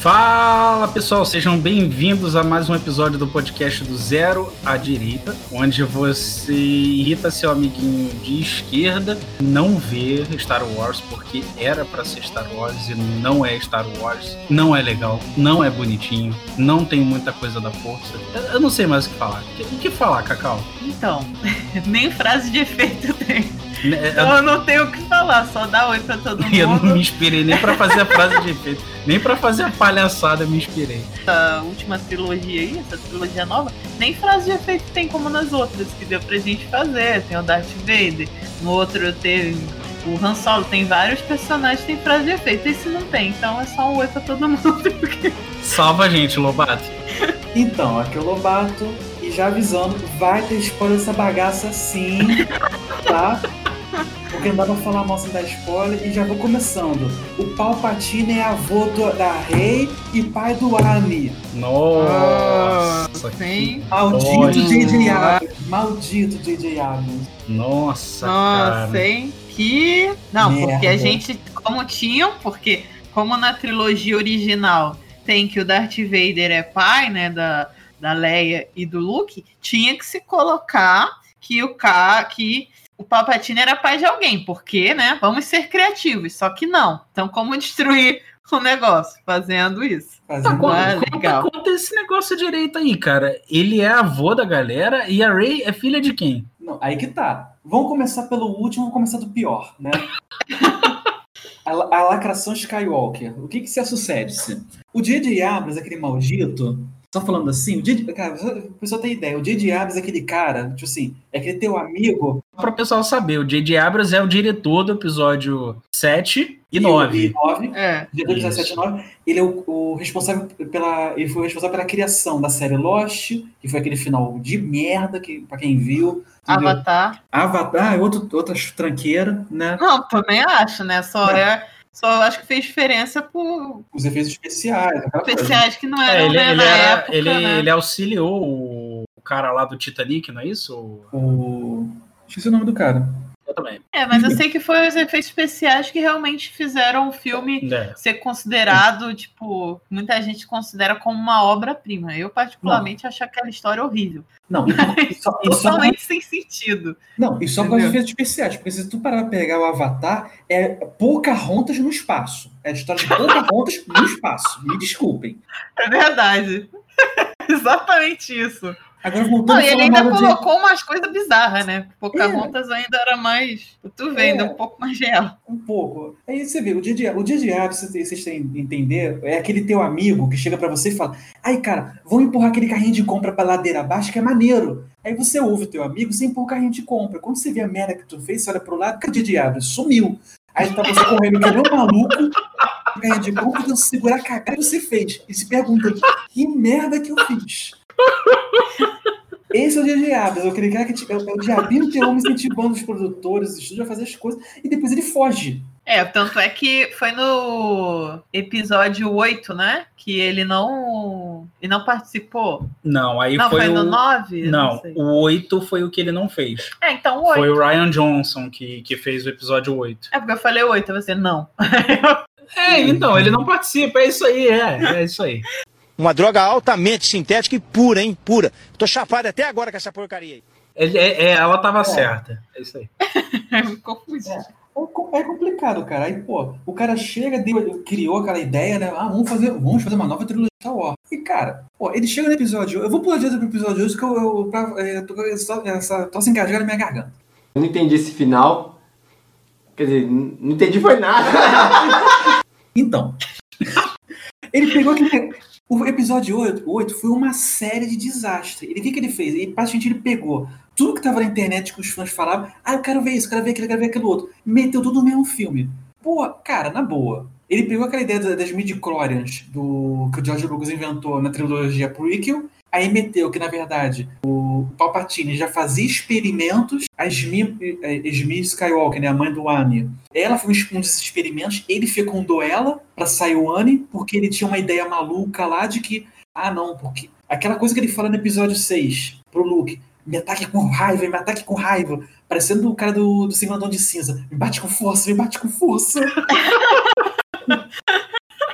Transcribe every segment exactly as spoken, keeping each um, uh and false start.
Fala pessoal, sejam bem-vindos a mais um episódio do podcast do Zero à Direita, onde você irrita seu amiguinho de esquerda, não vê Star Wars porque era pra ser Star Wars e não é Star Wars, não é legal, não é bonitinho, não tem muita coisa da força. Eu não sei mais o que falar. O que falar, Cacau? Então, nem frase de efeito tem. Então eu não tenho o que falar, só dá oi pra todo mundo. Eu não me inspirei nem pra fazer a frase de efeito, nem pra fazer a palhaçada eu me inspirei. Essa última trilogia aí, essa trilogia nova, nem frase de efeito tem como nas outras, que deu pra gente fazer. Tem o Darth Vader, no outro teve o Han Solo, tem vários personagens que tem frase de efeito. Esse não tem, então é só um oi pra todo mundo. Porque... Salva a gente, Lobato. Então, aqui é o Lobato, e já avisando, vai ter spoiler dessa bagaça sim, tá? Porque não dá pra falar mal sem dar spoiler, e já vou começando. O Palpatine é avô do, da Rey e pai do Annie. Nossa, sim. Maldito J J Abrams. Maldito J J Abrams. Nossa, Nossa, cara. hein? Que... Não, Merda. porque a gente, como tinham, porque como na trilogia original tem que o Darth Vader é pai, né, da, da Leia e do Luke, tinha que se colocar que o K, que o Palpatine era pai de alguém, porque, né, vamos ser criativos, só que não. Então, como destruir o negócio? Fazendo isso. Fazendo Conta, Ah, conta, legal. conta esse negócio direito aí, cara. Ele é avô da galera e a Rey é filha de quem? Não, aí que tá. Vamos começar pelo último, vamos começar do pior, né? a, a lacração Skywalker. O que que se sucede-se? O J J Abrams, aquele maldito, só falando assim, o J J, cara, o pessoal tem ideia, o J J Abrams é aquele cara, tipo assim, é aquele teu amigo... Para o pessoal saber, o J J Abrams é o diretor do episódio sete e nove. E nove. É. Diretor de sete e nove. Ele é o, o responsável pela. Ele foi o responsável pela criação da série Lost, que foi aquele final de merda, que, pra quem viu. Entendeu? Avatar. Avatar, outro, outra tranqueira, né? Não, também acho, né? Só é. é só acho que fez diferença por Os efeitos especiais. especiais que não É, eram, ele, né, ele, na era- época, ele, né? ele auxiliou o cara lá do Titanic, não é isso? O... Esqueci o nome do cara. Eu também. É, mas eu sei que foi os efeitos especiais que realmente fizeram o filme É. ser considerado, tipo, muita gente considera como uma obra-prima. Eu, particularmente, acho aquela história horrível. Não, e, e só, e só, Totalmente sem sentido. não, e só por causa Entendeu? dos efeitos especiais, porque se tu parar pra pegar o Avatar, é Pocahontas no espaço. É a história de Pocahontas no espaço. Me desculpem. É verdade. Exatamente isso. Agora voltando Não, a e ele falar ainda mal de- colocou umas coisas bizarras, né? Pocahontas ainda era mais. Tu vê, É. ainda um pouco mais real. Um pouco. Aí você vê, o dia de o dia de arte, vocês vocês têm que entender, é aquele teu amigo que chega pra você e fala: ai, cara, vou empurrar aquele carrinho de compra pra ladeira abaixo, que é maneiro. Aí você ouve o teu amigo, você empurra o carrinho de compra. Quando você vê a merda que tu fez, você olha pro lado, cadê o dia de arte? Sumiu. Aí tá você correndo que nem um maluco, o carrinho de compra, tentando segurar a cagada que você fez. E se pergunta: que merda que eu fiz? Esse é o J J Abrams, aquele cara que tipo, é o diabinho que me incentivando os produtores, os estúdios a fazer as coisas, e depois ele foge. É, tanto é que foi no episódio oito, né? Que ele não. Ele não participou. Não, aí Não, foi, foi o... no nove? Não, sei. o oito foi o que ele não fez. É, então o oito. Foi o Ryan Johnson que, que fez o episódio oito. É porque eu falei oito, você não. É, então, ele não participa, é isso aí, é, é isso aí. Uma droga altamente sintética e pura, hein? Pura. Tô chapado até agora com essa porcaria aí. É, é, é, ela tava certa, é isso aí. Me confundi. É, com- é complicado, cara. Aí, pô, o cara chega, deu, criou aquela ideia, né? Ah, vamos fazer, vamos fazer uma nova trilogia de Star Wars. E, cara, pô, ele chega no episódio. Eu vou pular direto pro episódio hoje, que eu, eu, pra, é, tô, eu só, essa tosse engasgada na minha garganta. Eu não entendi esse final. Quer dizer, n- não entendi foi nada. Então, ele pegou aquele. O episódio oito, oito foi uma série de desastre. Ele, o que, que ele fez? Ele, praticamente, ele pegou tudo que tava na internet que os fãs falavam. Ah, eu quero ver isso, eu quero ver aquilo, eu quero ver aquilo outro. Meteu tudo no mesmo filme. Pô, cara, na boa. Ele pegou aquela ideia das midi-chlorians do, que o George Lucas inventou na trilogia prequel. Aí meteu que, na verdade, o Palpatine já fazia experimentos. A Esmi, a Esmi Skywalker, né, a mãe do Annie, ela foi um desses experimentos. Ele fecundou ela pra sair o Annie, porque ele tinha uma ideia maluca lá de que, ah, não, porque aquela coisa que ele fala no episódio seis pro Luke, me ataque com raiva, me ataque com raiva, parecendo o cara do, do Senhor de Cinza, me bate com força, me bate com força.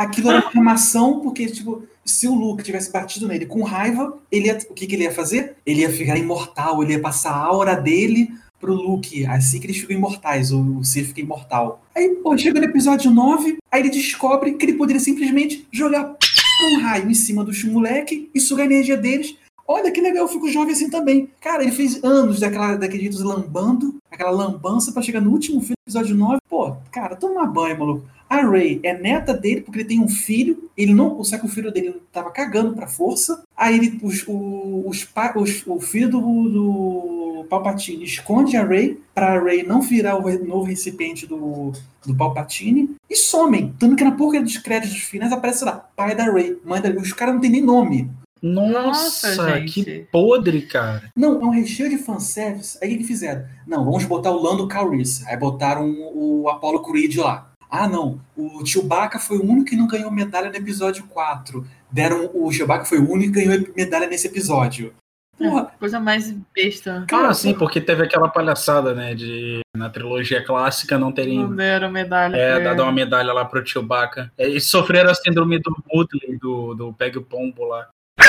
aquilo era uma armação, porque, tipo, se o Luke tivesse batido nele com raiva, ele ia, o que, que ele ia fazer? Ele ia ficar imortal, ele ia passar a aura dele pro Luke, assim que eles ficam imortais, o, o Sith fica imortal. Aí, pô, chega no episódio nove, aí ele descobre que ele poderia simplesmente jogar um raio em cima dos moleques e sugar a energia deles. Olha que legal, eu fico jovem assim também. Cara, ele fez anos daquela, daquele jeito lambando, aquela lambança pra chegar no último filme, episódio nove. Pô, cara, toma banho, maluco. A Rey é neta dele porque ele tem um filho. Ele não, só que o filho dele tava cagando pra força. Aí ele, os, os, os, o filho do, do Palpatine esconde a Rey pra Rey não virar o novo recipiente do, do Palpatine e somem. Tanto que na porca dos créditos finais aparece lá, pai da Rey, mãe da Rey. Os caras não tem nem nome. Nossa, Nossa, que podre, cara. Não, é um recheio de fanservice. Aí o que fizeram? Não, vamos botar o Lando Calrissian. Aí botaram o Apollo Creed lá. Ah, não, o Chewbacca foi o único que não ganhou medalha no episódio quatro. Deram, o Chewbacca foi o único que ganhou medalha nesse episódio. Porra. É, coisa mais besta. Cara, ah, sim, porque teve aquela palhaçada, né, de na trilogia clássica não terem... Não deram medalha. É, dado uma medalha lá pro Chewbacca. É, eles sofreram a síndrome do Woodley, do, do Peg o Pombo lá.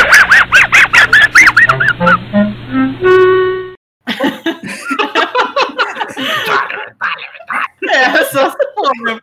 É, só se for, né?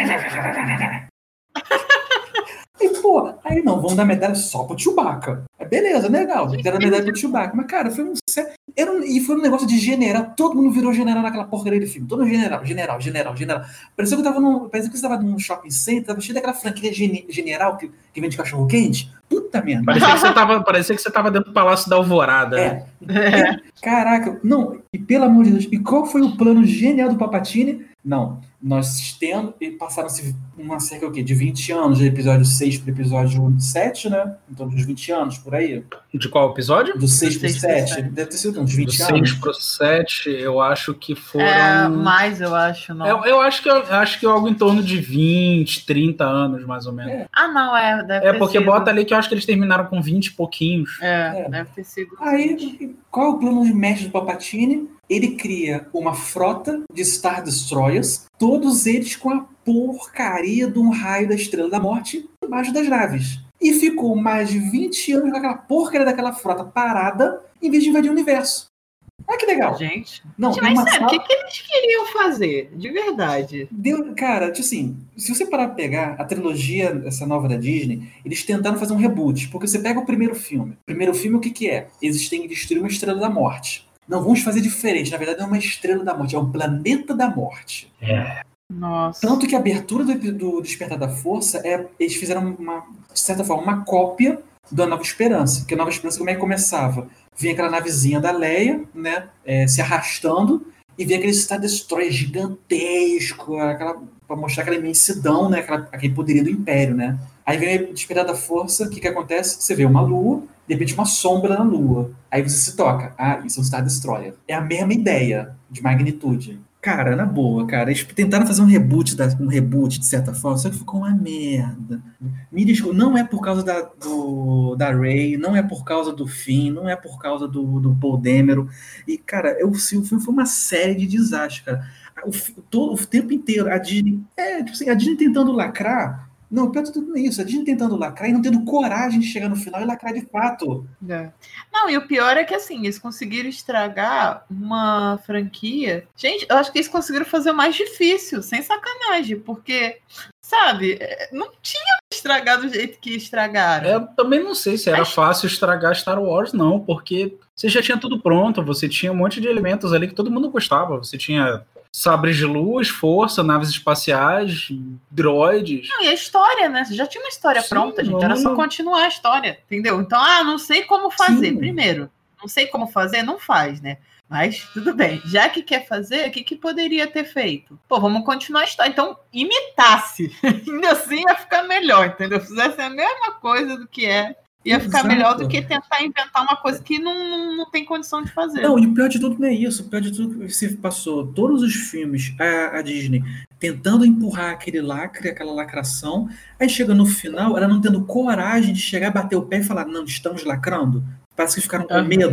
E, pô, aí não, vamos dar medalha só pro Chewbacca. É beleza, legal, deram medalha pro Chewbacca. Mas, cara, foi um... Era um... E foi um negócio de general. Todo mundo virou general naquela porcaria de filme. Todo general, general, general, general. Parecia que eu tava num... Parecia que você tava num shopping center, tava cheio daquela franquia gen... general que... que vende cachorro quente. Puta merda. Parecia que você tava, parecia que você tava dentro do Palácio da Alvorada. É. é. Caraca, não, e pelo amor de Deus, e qual foi o plano genial do Palpatine? Não, nós tendo, e passaram-se uma cerca o quê? De vinte anos, de episódio seis pro episódio sete, né? Em torno dos vinte anos, por aí. De qual episódio? Do seis pro sete. Deve ter sido uns vinte do anos. Do seis pro sete, eu acho que foram... É, mais, eu acho, não. Eu, eu acho que eu acho que algo em torno de vinte, trinta anos, mais ou menos. É. Ah, não, é, deve É, ter porque sido. bota ali que eu acho que eles terminaram com vinte e pouquinhos. É, É. deve ter sido. Aí, qual é o plano de mestre do Palpatine? Ele cria uma frota de Star Destroyers, todos eles com a porcaria de um raio da Estrela da Morte embaixo das naves. E ficou mais de vinte anos com aquela porcaria daquela frota parada, em vez de invadir o universo. Olha que legal. Gente, Não, gente, tem mas uma sério, o sala- que, que eles queriam fazer? De verdade. Deu, cara, tipo assim, se você parar pra pegar a trilogia, essa nova da Disney, eles tentaram fazer um reboot, porque você pega o primeiro filme. O primeiro filme, o que que é? Eles têm que destruir uma Estrela da Morte. Não, vamos fazer diferente. Na verdade, não é uma Estrela da Morte, é um planeta da morte. É. Nossa. Tanto que a abertura do, do Despertar da Força, é, eles fizeram, uma, de certa forma, uma cópia da Nova Esperança. Que a Nova Esperança, como é que começava? Vinha aquela navezinha da Leia, né, é, se arrastando, e vinha aquele Star Destroyer gigantesco, aquela, pra mostrar aquela imensidão, né, aquela, aquele poderio do Império, né. Aí vem o Despertar da Força, o que que acontece? Você vê uma lua, de repente uma sombra na lua. Aí você se toca. Ah, isso é um Star Destroyer. É a mesma ideia de magnitude. Cara, na boa, cara. Eles tentaram fazer um reboot, da, um reboot de certa forma, só que ficou uma merda. Me desculpa, não é por causa da, do, da Rey, não é por causa do Finn, não é por causa do, do Paul Dameron. E, cara, eu, o filme foi uma série de desastres, cara. O, todo, o tempo inteiro, a Disney, é, tipo assim, a Disney tentando lacrar. Não, pior de tudo é isso. A Disney tentando lacrar e não tendo coragem de chegar no final e lacrar de fato. É. Não, e o pior é que assim, eles conseguiram estragar uma franquia. Gente, eu acho que eles conseguiram fazer o mais difícil, sem sacanagem, porque, sabe, não tinha estragado do jeito que estragaram. Eu também não sei se era Mas... fácil estragar Star Wars, não, porque você já tinha tudo pronto, você tinha um monte de elementos ali que todo mundo gostava. Você tinha sabres de luz, força, naves espaciais, droids. Não, e a história, né? Você já tinha uma história Sim, pronta, gente. não... Era só continuar a história, entendeu? Então, ah, não sei como fazer. Sim. Primeiro, não sei como fazer, não faz, né? Mas tudo bem. Já que quer fazer, o que, que poderia ter feito? Pô, vamos continuar a história. Então, imitasse. Ainda assim ia ficar melhor, entendeu? Fizesse a mesma coisa do que é. Ia ficar Exato. melhor do que tentar inventar uma coisa que não, não, não tem condição de fazer. Não, e o pior de tudo não é isso. O pior de tudo é que você passou todos os filmes, a, a Disney, tentando empurrar aquele lacre, aquela lacração. Aí chega no final, ela não tendo coragem de chegar, bater o pé e falar, não, estamos lacrando. Parece que ficaram com Uhum. medo.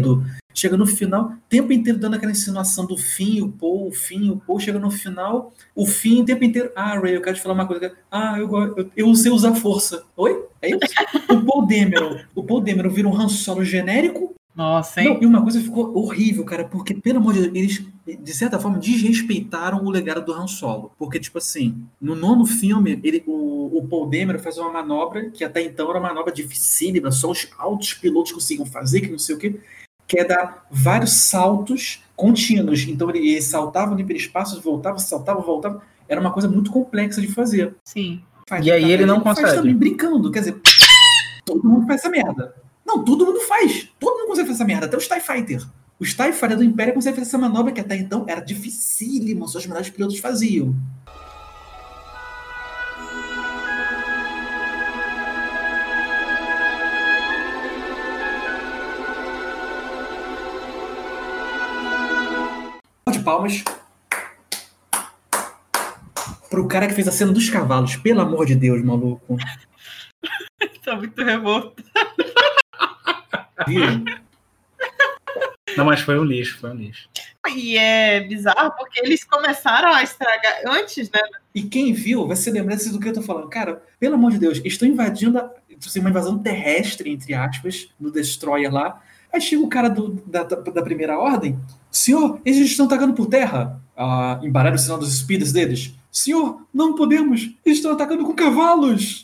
Chega no final, o tempo inteiro dando aquela insinuação do Finn e o Poe, o Finn e o Poe, chega no final, o Finn o tempo inteiro, ah, Rey, eu quero te falar uma coisa, ah, eu, eu, eu sei usar força. Oi? É isso? O Paul Dameron, o Paul Dameron vira um Han Solo genérico. Nossa, hein? Não, e uma coisa ficou horrível, cara, porque, pelo amor de Deus, eles, de certa forma, desrespeitaram o legado do Han Solo. Porque, tipo assim, no nono filme, ele, o, o Paul Dameron faz uma manobra que até então era uma manobra dificílima, só os altos pilotos conseguiam fazer, que não sei o quê, que é dar vários saltos contínuos. Então, ele, ele saltava no hiperespaço, voltava, saltava, voltava. Era uma coisa muito complexa de fazer. Sim. Faz, E aí cara, ele não faz consegue. também brincando, quer dizer, todo mundo faz essa merda. Não, todo mundo faz. Todo mundo consegue fazer essa merda. Até os TIE Fighter. Os TIE Fighter do Império conseguem fazer essa manobra que até então era dificílima. Só os melhores pilotos faziam. De palmas pro cara que fez a cena dos cavalos. Pelo amor de Deus, maluco. Tá muito revoltado. Viu? Não, mas foi um lixo, foi um lixo. E é bizarro porque eles começaram a estragar antes, né? E quem viu vai se lembrar do que eu tô falando. Cara, pelo amor de Deus, estão invadindo a, uma invasão terrestre, entre aspas, no Destroyer lá. Aí chega o cara do, da, da primeira ordem. Senhor, eles estão atacando por terra. Ah, embaralha o sinal dos speeders deles. Senhor, não podemos. Eles estão atacando com cavalos.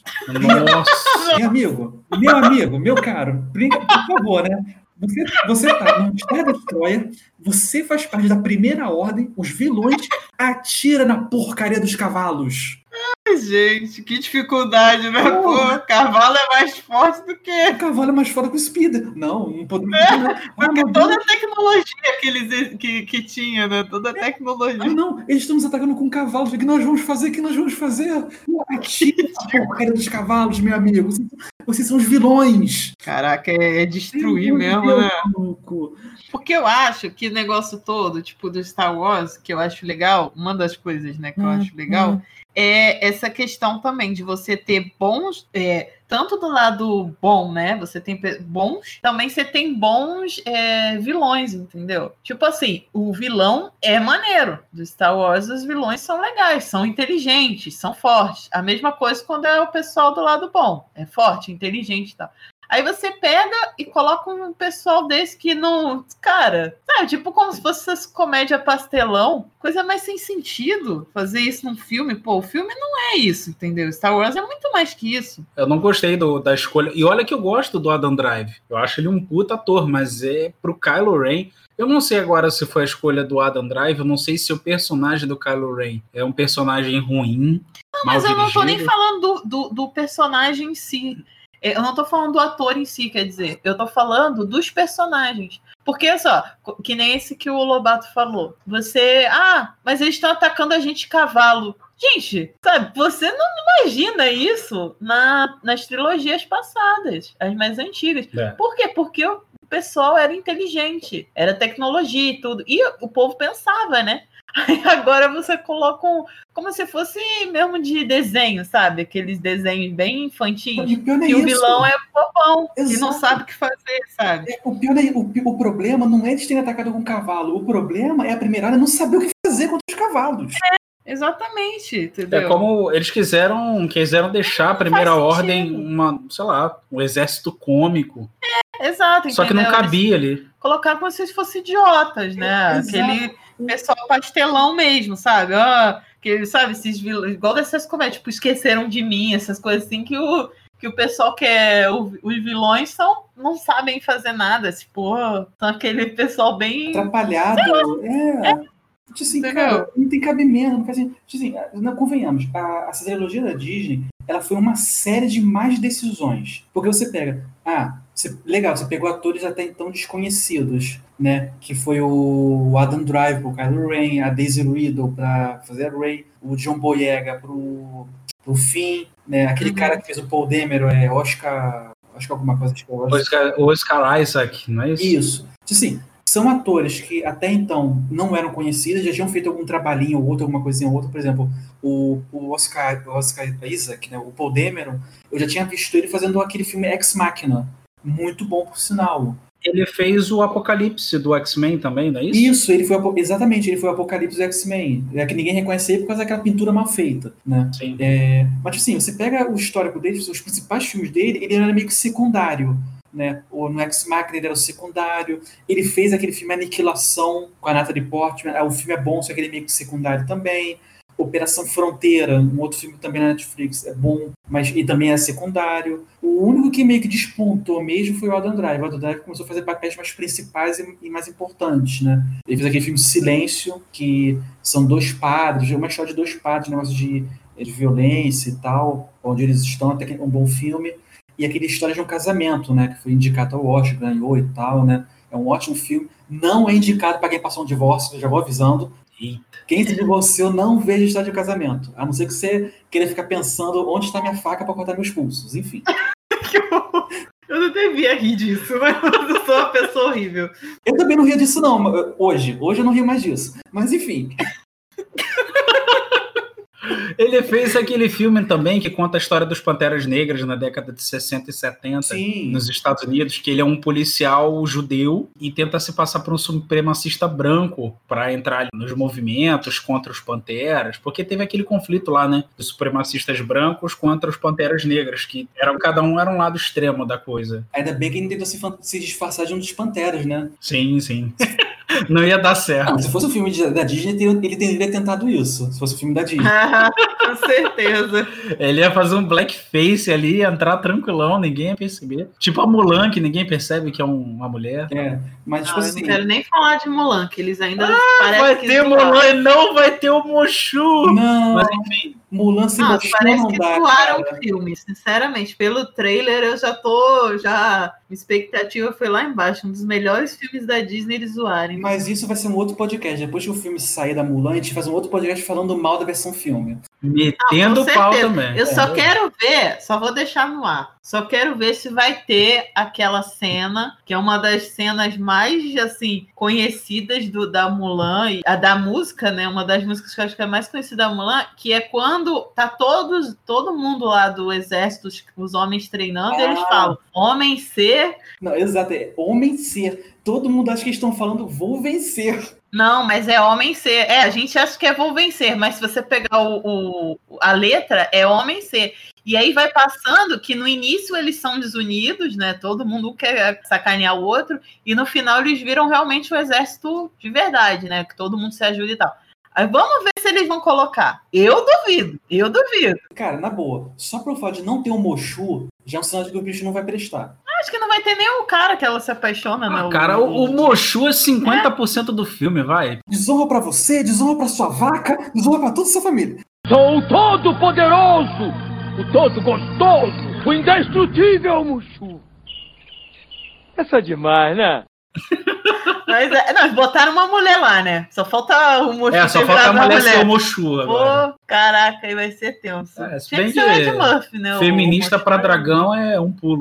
Nossa. Meu amigo, meu amigo, meu caro, brinca, por favor, né? Você, você tá no Star Destroyer, você faz parte da primeira ordem, os vilões atira na porcaria dos cavalos. Ai, gente, que dificuldade, né? Pô, o cavalo é mais forte do que... O cavalo é mais foda que o speeder. Não, não podemos... É, porque ah, toda a tecnologia que eles que, que tinha, né? Toda a tecnologia. Ah, não, eles estão nos atacando com cavalos. O que nós vamos fazer? O que nós vamos fazer? Atira a porcaria dos cavalos, meu amigo. Vocês, vocês são os vilões. Caraca, é, é destruir Meu mesmo, Deus, né? maluco. Porque eu acho que o negócio todo, tipo, do Star Wars, que eu acho legal, uma das coisas, né, que eu Hum, acho legal, hum. é essa questão também de você ter bons, é, tanto do lado bom, né, você tem pe- bons, também você tem bons é, vilões, entendeu? Tipo assim, o vilão é maneiro, do Star Wars os vilões são legais, são inteligentes, são fortes. A mesma coisa quando é o pessoal do lado bom, é forte, inteligente e tal. Aí você pega e coloca um pessoal desse que não... Cara, sabe? Tipo como se fosse essas comédia pastelão. Coisa mais sem sentido fazer isso num filme. Pô, o filme não é isso, entendeu? Star Wars é muito mais que isso. Eu não gostei do, da escolha. E olha que eu gosto do Adam Drive. Eu acho ele um puta ator, mas é pro Kylo Ren. Eu não sei agora se foi a escolha do Adam Drive. Eu não sei se o personagem do Kylo Ren é um personagem ruim. Não, mal mas eu não tô nem dirigido. falando do, do, do personagem em si. Eu não tô falando do ator em si, quer dizer. Eu tô falando dos personagens. Porque, só, que nem esse que o Lobato falou. Você... Ah, mas eles estão atacando a gente de cavalo. Gente, sabe, você não imagina isso na, nas trilogias passadas, as mais antigas. É. Por quê? Porque o pessoal era inteligente, era tecnologia e tudo. E o povo pensava, né? Aí agora você coloca um, como se fosse mesmo de desenho, sabe? Aqueles desenhos bem infantis. E o pior não é E o isso. vilão é bobão, que não Exato. sabe o que fazer, sabe? É, o, pior é, o, o problema não é eles terem atacado com um cavalo. O problema é a primeira área não saber o que fazer contra os cavalos. Exatamente, entendeu? É como eles quiseram, quiseram deixar a primeira faz ordem sentido. uma, sei lá, um exército cômico. Exato, Só que não entendeu? cabia ali. Colocar como se eles fossem idiotas, né? Exato. Aquele pessoal pastelão mesmo, sabe? Ah, que, sabe, esses vilões, igual dessas comédias, tipo, esqueceram de mim, essas coisas assim que o, que o pessoal que é. O, os vilões são, não sabem fazer nada. Tipo, são aquele pessoal bem. Atrapalhado. É. Tipo assim, Entendeu? cara, não tem cabimento. Não faz sentido. Tipo assim, não, convenhamos, a, a trilogia da Disney, ela foi uma série de más decisões. Porque você pega, ah, você, legal, você pegou atores até então desconhecidos, né? Que foi o Adam Driver pro Kylo Ren, a Daisy Ridley pra fazer a Rey, o John Boyega pro, pro Finn, né? Aquele Uhum. cara que fez o Paul Dameron, é Oscar... Acho que alguma coisa... Acho que é O Oscar. Oscar, o Oscar Isaac, não é isso? Isso. Assim, são atores que até então não eram conhecidos, já tinham feito algum trabalhinho ou outro, alguma coisinha ou outra. Por exemplo, o, o Oscar, o Oscar Isaac, né, o Paul Dameron, eu já tinha visto ele fazendo aquele filme Ex Machina. Muito bom, por sinal. ele fez o Apocalipse do X-Men também, não é isso? Isso, ele foi, exatamente, ele foi o Apocalipse do X-Men. É que ninguém reconhece por causa daquela pintura mal feita, né? Sim. É, mas assim, você pega o histórico dele, os principais filmes dele, ele era meio que secundário, né? Ou no Ex-Machina ele era o secundário. Ele fez aquele filme Aniquilação com a Natalie Portman. O filme é bom, só que ele é meio que secundário também. Operação Fronteira, um outro filme também na Netflix, é bom, mas e também é secundário. O único que meio que despontou mesmo foi o Adam Driver. O Adam Driver começou a fazer papéis mais principais e, e mais importantes, né? Ele fez aquele filme Silêncio, que são dois padres, uma história de dois padres, um negócio de, de violência e tal, onde eles estão, até que é um bom filme. E aquele História de um Casamento, né? Que foi indicado ao Oscar, ganhou e tal, né? É um ótimo filme. Não é indicado para quem passou um divórcio, já vou avisando. Eita. Quem se divorciou não veja História de Casamento. A não ser que você queira ficar pensando onde está minha faca para cortar meus pulsos. Enfim. Eu não devia rir disso, mas eu sou uma pessoa horrível. Eu também não rio disso, não. Hoje. Hoje eu não rio mais disso. Mas enfim. Ele fez aquele filme também que conta a história dos Panteras Negras na década de sessenta e setenta, Sim. nos Estados Unidos, que ele é um policial judeu e tenta se passar por um supremacista branco para entrar ali nos movimentos contra os Panteras, porque teve aquele conflito lá, né, dos supremacistas brancos contra os Panteras Negras, que eram, cada um era um lado extremo da coisa. Ainda bem que ele tentou se, se disfarçar de um dos Panteras, né? Sim, sim. Não ia dar certo. Não, se fosse um filme de, da Disney, ele teria tentado isso. Se fosse um filme da Disney. Com certeza. Ele ia fazer um blackface ali, entrar tranquilão, ninguém ia perceber. Tipo a Mulan, que ninguém percebe que é um, uma mulher. É, mas Não, tipo eu assim... não quero nem falar de Mulan, que eles ainda Ah, parecem vai que ter Mulan e não vai ter o Mushu! Não, Mas enfim. Mulan se Não, mostrou, parece não que dá, zoaram cara. o filme, sinceramente. Pelo trailer eu já tô, já, minha expectativa foi lá embaixo. Um dos melhores filmes da Disney eles zoarem. Mas isso vai ser um outro podcast. Depois que o filme sair da Mulan, a gente faz um outro podcast falando mal da versão filme. Metendo Não, o pau também. Eu É, só é. quero ver, só vou deixar no ar. Só quero ver se vai ter aquela cena, que é uma das cenas mais, assim, conhecidas do, da Mulan, e a da música, né? Uma das músicas que eu acho que é mais conhecida da Mulan, que é quando tá todos, todo mundo lá do exército, os, os homens treinando, Ah. e eles falam, homem ser... Não, exato, é homem ser. Todo mundo acha que eles estão falando vou vencer. Não, mas é homem ser. É, a gente acha que é vou vencer, mas se você pegar o, o, a letra, é homem ser. E aí vai passando que no início eles são desunidos, né? Todo mundo quer sacanear o outro, e no final eles viram realmente o exército de verdade, né? Que todo mundo se ajuda e tal. Aí vamos ver se eles vão colocar. Eu duvido, eu duvido. Cara, na boa, só pelo fato de não ter o Mushu, já é um sinal de que o bicho não vai prestar. Acho que não vai ter nem o cara que ela se apaixona, né? Ah, cara, o, o Mushu é cinquenta por cento do filme, vai. Desonra pra você, desonra pra sua vaca, desonra pra toda a sua família. Sou o todo-poderoso, o todo-gostoso, o indestrutível Mushu. Essa é demais, né? Mas, é, não, botaram uma mulher lá, né? Só falta o Mushu. É, só falta a mulher ser o Mushu agora. Pô, caraca, aí vai ser tenso. É, se Tinha bem que ser o Ed que Murphy, né? feminista o pra dragão é um pulo.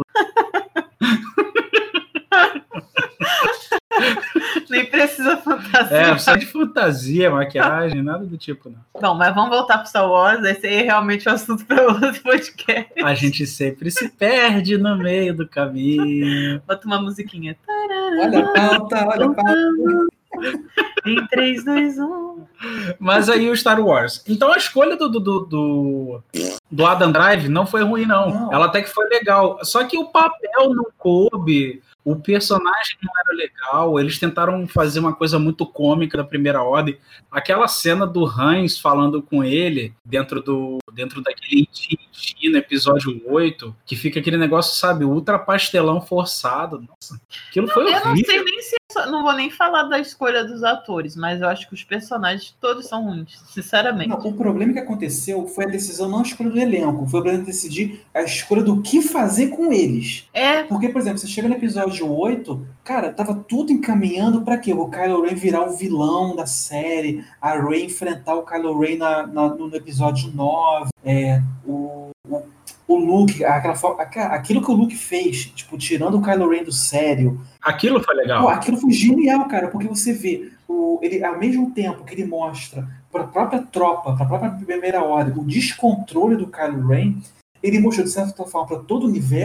Nem precisa fantasia. É, precisa de fantasia, maquiagem, nada do tipo, não. Bom, mas vamos voltar pro Star Wars. Esse aí é realmente o assunto para outro podcast. A gente sempre se perde no meio do caminho. Bota uma musiquinha. Olha a pauta, olha a pauta. Em três, dois, um. Mas aí o Star Wars. Então a escolha do, do, do, do Adam Drive não foi ruim, não. Não. Ela até que foi legal. Só que o papel não coube, o personagem não era legal, eles tentaram fazer uma coisa muito cômica da Primeira Ordem. Aquela cena do Hans falando com ele dentro, do, dentro daquele Inti no episódio oito, que fica aquele negócio, sabe, ultra pastelão forçado. Nossa, aquilo foi Eu horrível. não sei nem se. Não vou nem falar da escolha dos atores, mas eu acho que os personagens todos são ruins, sinceramente. Não, o problema que aconteceu foi a decisão, não a escolha do elenco, foi o problema de decidir a escolha do que fazer com eles. É, Porque, por exemplo, você chega no episódio oito, cara, tava tudo encaminhando pra quê? O Kylo Ren virar o vilão da série, a Rey enfrentar o Kylo Ren na, na, no episódio nove, é, o, o, o Luke, aquela, aquilo que o Luke fez, tipo, tirando o Kylo Ren do sério. Aquilo foi legal. Pô, aquilo foi genial, cara, porque você vê, o, ele, ao mesmo tempo que ele mostra para a própria tropa, para a própria Primeira Ordem, o descontrole do Kylo Ren, ele mostrou, de certa forma, para todo o universo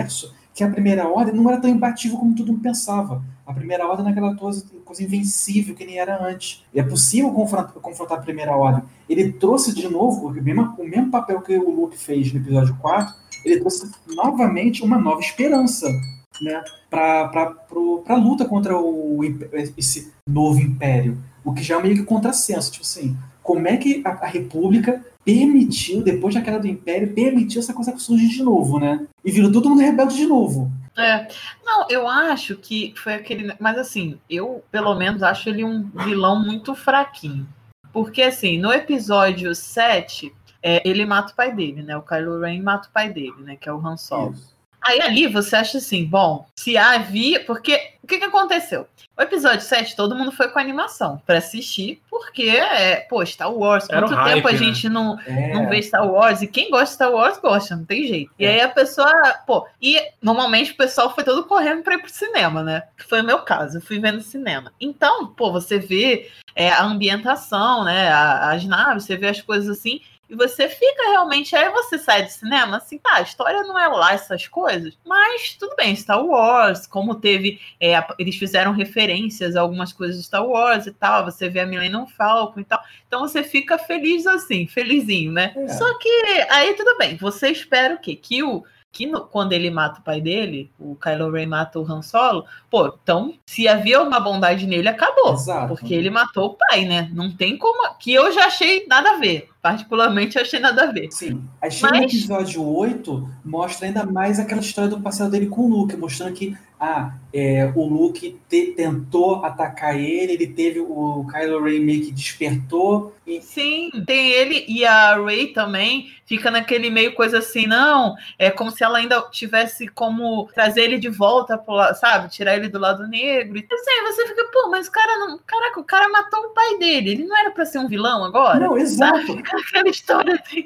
que a Primeira Ordem não era tão imbatível como todo mundo pensava. A Primeira Ordem era aquela coisa, coisa invencível que nem era antes. E é possível confrontar, confrontar a Primeira Ordem. Ele trouxe de novo o mesmo, o mesmo papel que o Luke fez no episódio quatro, ele trouxe novamente uma nova esperança, né, para a luta contra o, esse novo império. O que já é meio que contrassenso. Tipo assim, como é que a, a República permitiu, depois da queda do Império, permitiu essa coisa surgir de novo, né? E virou todo mundo rebelde de novo. É, não, eu acho que foi aquele... Mas assim, eu pelo menos acho ele um vilão muito fraquinho. Porque assim, no episódio sete, é, ele mata o pai dele, né? O Kylo Ren mata o pai dele, né? Que é o Han Solo. Isso. Aí ali você acha assim, bom, se havia... Porque o que, que aconteceu? O episódio sete, todo mundo foi com animação pra assistir, porque, é, pô, Star Wars, quanto tempo hype, a gente né? não, é. não vê Star Wars, e quem gosta de Star Wars gosta, não tem jeito. É. E aí a pessoa, pô, e normalmente o pessoal foi todo correndo pra ir pro cinema, né? Que foi o meu caso, eu fui vendo cinema. Então, pô, você vê é, a ambientação, né, as naves, você vê as coisas assim, e você fica realmente, aí você sai do cinema, assim, tá, a história não é lá essas coisas, mas tudo bem, Star Wars, como teve, é, eles fizeram referências a algumas coisas de Star Wars e tal, você vê a Millennium Falcon e tal, então você fica feliz assim, felizinho, né? É. Só que, aí tudo bem, você espera o quê? Que o que no, quando ele mata o pai dele, o Kylo Ren mata o Han Solo, pô, então, se havia uma bondade nele, acabou. Exato. Porque ele matou o pai, né? Não tem como... Que eu já achei nada a ver. Particularmente, eu achei nada a ver. Sim. Aí chega no episódio oito, mostra ainda mais aquela história do passado dele com o Luke, mostrando que ah, é, o Luke te, tentou atacar ele, ele teve o Kylo Ren meio que despertou. E... Sim, tem ele e a Rey também, fica naquele meio coisa assim, não, é como se ela ainda tivesse como trazer ele de volta, pro, sabe, tirar ele do lado negro. E assim, você fica, pô, mas o cara não, caraca, o cara matou o pai dele, ele não era pra ser um vilão agora? Não, exato. Sabe? Aquela história assim,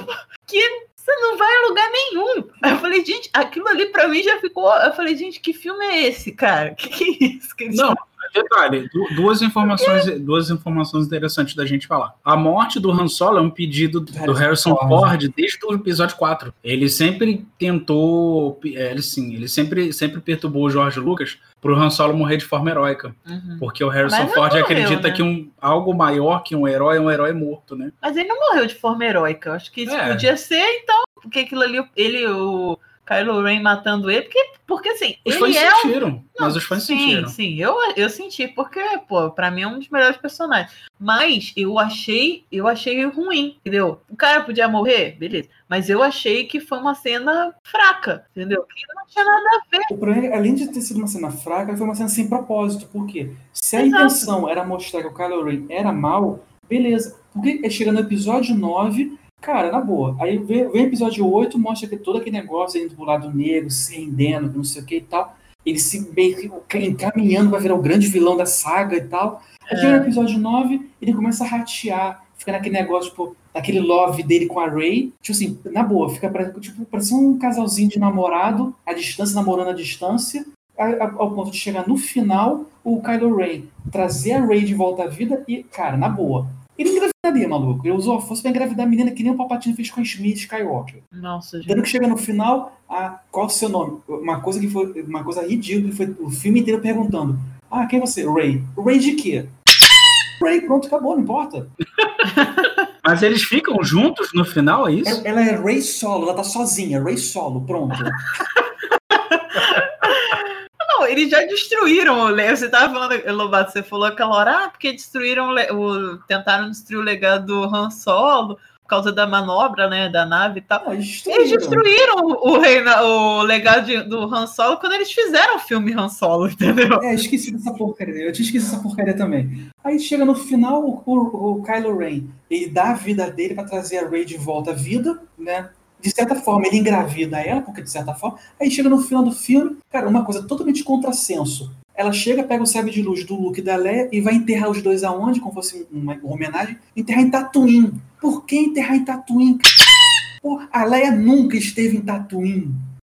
que você não vai a lugar nenhum. Aí eu falei, gente, aquilo ali pra mim já ficou... Eu falei, gente, que filme é esse, cara? Que que é isso? Que não, detalhe, duas informações, duas informações interessantes da gente falar. A morte do Han Solo é um pedido do Harrison Ford desde o episódio quatro. Ele sempre tentou... Ele, sim, ele sempre, sempre perturbou o George Lucas pro Han Solo morrer de forma heróica. Uhum. Porque o Harrison Ford morreu, acredita né? que um, algo maior que um herói é um herói morto, né? Mas ele não morreu de forma heróica. Eu acho que isso é. podia ser, então... Porque aquilo ali, ele, o Kylo Ren matando ele, porque, porque assim... Os ele fãs é sentiram, um... mas os fãs sim, sentiram. Sim, sim, eu, eu senti, porque, pô, pra mim é um dos melhores personagens. Mas eu achei, eu achei ruim, entendeu? O cara podia morrer, beleza. Mas eu achei que foi uma cena fraca, entendeu? Que não tinha nada a ver. O problema, além de ter sido uma cena fraca, foi uma cena sem propósito. Por quê? Se a Exato. intenção era mostrar que o Kylo Ren era mal, beleza. Porque chega no episódio nove... Cara, na boa. Aí vem o episódio oito, mostra que todo aquele negócio indo pro lado negro, se rendendo, não sei o que e tal. Ele se meio encaminhando pra virar o grande vilão da saga e tal. Aí chega no episódio nove, ele começa a ratear, fica naquele negócio, tipo, naquele love dele com a Rey. Tipo assim, na boa, fica pra, tipo, parece um casalzinho de namorado, à distância, namorando à distância, ao ponto de chegar no final, o Kylo Ren trazer a Rey de volta à vida e, cara, na boa. Ele engravidaria, maluco. Ele usou a força pra engravidar a menina que nem o Palpatine fez com a Smith Skywalker. Nossa, gente. Tanto que chega no final, a, qual o seu nome? Uma coisa que foi uma coisa ridícula, que foi o filme inteiro perguntando: ah, quem é você? Rey. Rey de quê? Rey, pronto, acabou, não importa. Mas eles ficam juntos no final, é isso? Ela é Rey Solo, ela tá sozinha, Rey Solo, pronto. Eles já destruíram o legado. Você tava falando, Lobato, você falou aquela hora, ah, porque destruíram o, tentaram destruir o legado do Han Solo por causa da manobra, né, da nave e tal. Ah, eles destruíram o, reina, o legado de, do Han Solo quando eles fizeram o filme Han Solo, entendeu? É, esqueci dessa porcaria. Eu tinha esquecido essa porcaria também. Aí chega no final, o, o, o Kylo Ren, ele dá a vida dele pra trazer a Rey de volta à vida, né? De certa forma, ele engravida ela, porque de certa forma... Aí chega no final do filme, cara, uma coisa totalmente contrassenso. Ela chega, pega o sabre de luz do Luke e da Leia e vai enterrar os dois aonde? Como fosse uma, uma homenagem. Enterrar em Tatooine. Por que enterrar em Tatooine? Pô, a Leia nunca esteve em Tatooine.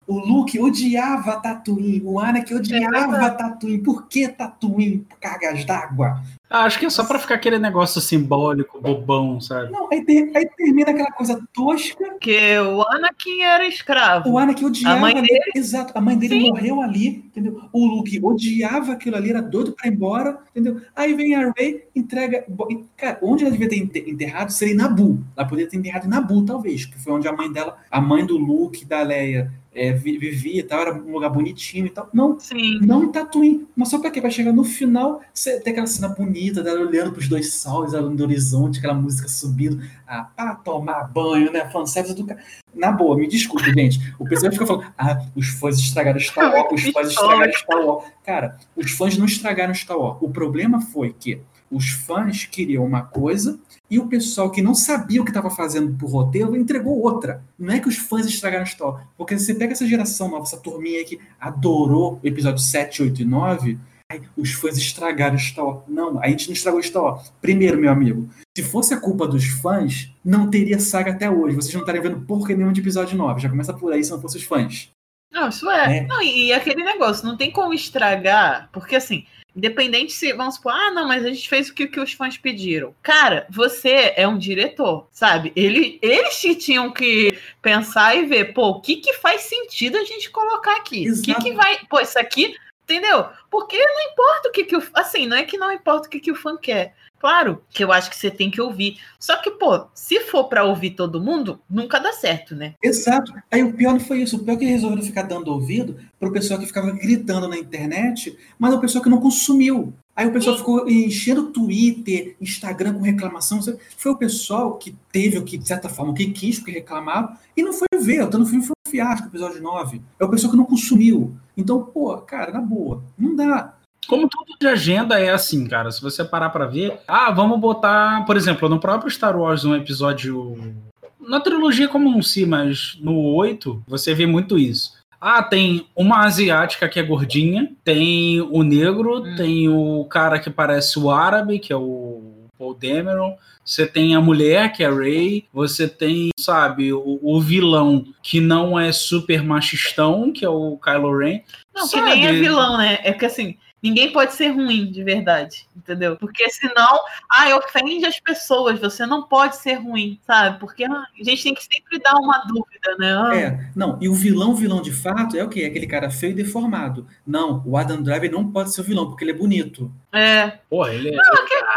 O Luke odiava Tatooine, o Anakin odiava É Tatooine. Por que Tatooine? Cargas d'água. Ah, acho que é só pra ficar aquele negócio simbólico, bobão, sabe? Não, aí, ter, aí termina aquela coisa tosca. Porque o Anakin era escravo. O Anakin odiava A mãe ali. dele- Exato, a mãe dele Sim. morreu ali, entendeu? O Luke odiava aquilo ali, era doido pra ir embora, entendeu? Aí vem a Rey, entrega. bo- Cara, onde ela devia ter ente- enterrado seria em Naboo. Ela poderia ter enterrado em Naboo, talvez, que foi onde a mãe dela, a mãe do Luke, da Leia, é, vi- vivia e tal, era um lugar bonitinho e tal. Não, Sim. não em Tatooine. Mas só pra quê? Vai chegar no final, você tem aquela cena bonita dela olhando pros dois sols, ela no horizonte, aquela música subindo. Ah, pra tomar banho, né? Fanservice do cara. Na boa, me desculpe, gente. O pessoal fica falando, ah, os fãs estragaram Star Wars, os fãs estragaram Star Wars. Cara, os fãs não estragaram Star Wars. O problema foi que os fãs queriam uma coisa e o pessoal que não sabia o que estava fazendo pro roteiro entregou outra. Não é que os fãs estragaram Star Wars. Porque você pega essa geração nova, essa turminha aí que adorou o episódio sete, oito e nove, aí os fãs estragaram Star Wars. Não, a gente não estragou Star Wars. Primeiro, meu amigo, se fosse a culpa dos fãs, não teria saga até hoje. Vocês não estariam vendo porca nenhuma de episódio nove. Já começa por aí se não fosse os fãs. Não, isso é. É. Não, e, e aquele negócio, não tem como estragar, porque assim, independente se, vamos supor, ah, não, mas a gente fez o que, que os fãs pediram. Cara, você é um diretor, sabe? Ele, eles que tinham que pensar e ver, pô, o que que faz sentido a gente colocar aqui? O que Exato. que vai... Pô, isso aqui, entendeu? Porque não importa o que que o... Assim, não é que não importa o que que o fã quer. Claro que eu acho que você tem que ouvir. Só que, pô, se for pra ouvir todo mundo, nunca dá certo, né? Exato. Aí o pior não foi isso. O pior é que resolveram ficar dando ouvido pro pessoal que ficava gritando na internet, mas o pessoal que não consumiu. Aí o pessoal ficou enchendo Twitter, Instagram com reclamação. Foi o pessoal que teve o que, de certa forma, o que quis, porque reclamaram, e não foi ver. O filme foi um fiasco, episódio nove. É o pessoal que não consumiu. Então, pô, cara, na boa, não dá. Como tudo de agenda é assim, cara. Se você parar pra ver, ah, vamos botar, por exemplo, no próprio Star Wars, um episódio. Na trilogia como um si, mas no oito, você vê muito isso. Ah, tem uma asiática que é gordinha, tem o negro, Hum. tem o cara que parece o árabe, que é o Paul Dameron. Você tem a mulher, que é a Rey. Você tem, sabe, o, o vilão que não é super machistão, que é o Kylo Ren. Não, que Sabe? nem é vilão, né? É que assim, ninguém pode ser ruim de verdade, entendeu? Porque senão, ai, ofende as pessoas, você não pode ser ruim, sabe? Porque ah, a gente tem que sempre dar uma dúvida, né? Ah, É, não, e o vilão, vilão de fato, é o quê? É aquele cara feio e deformado. Não, o Adam Driver não pode ser o vilão, porque ele é bonito. é. Pô, ele é.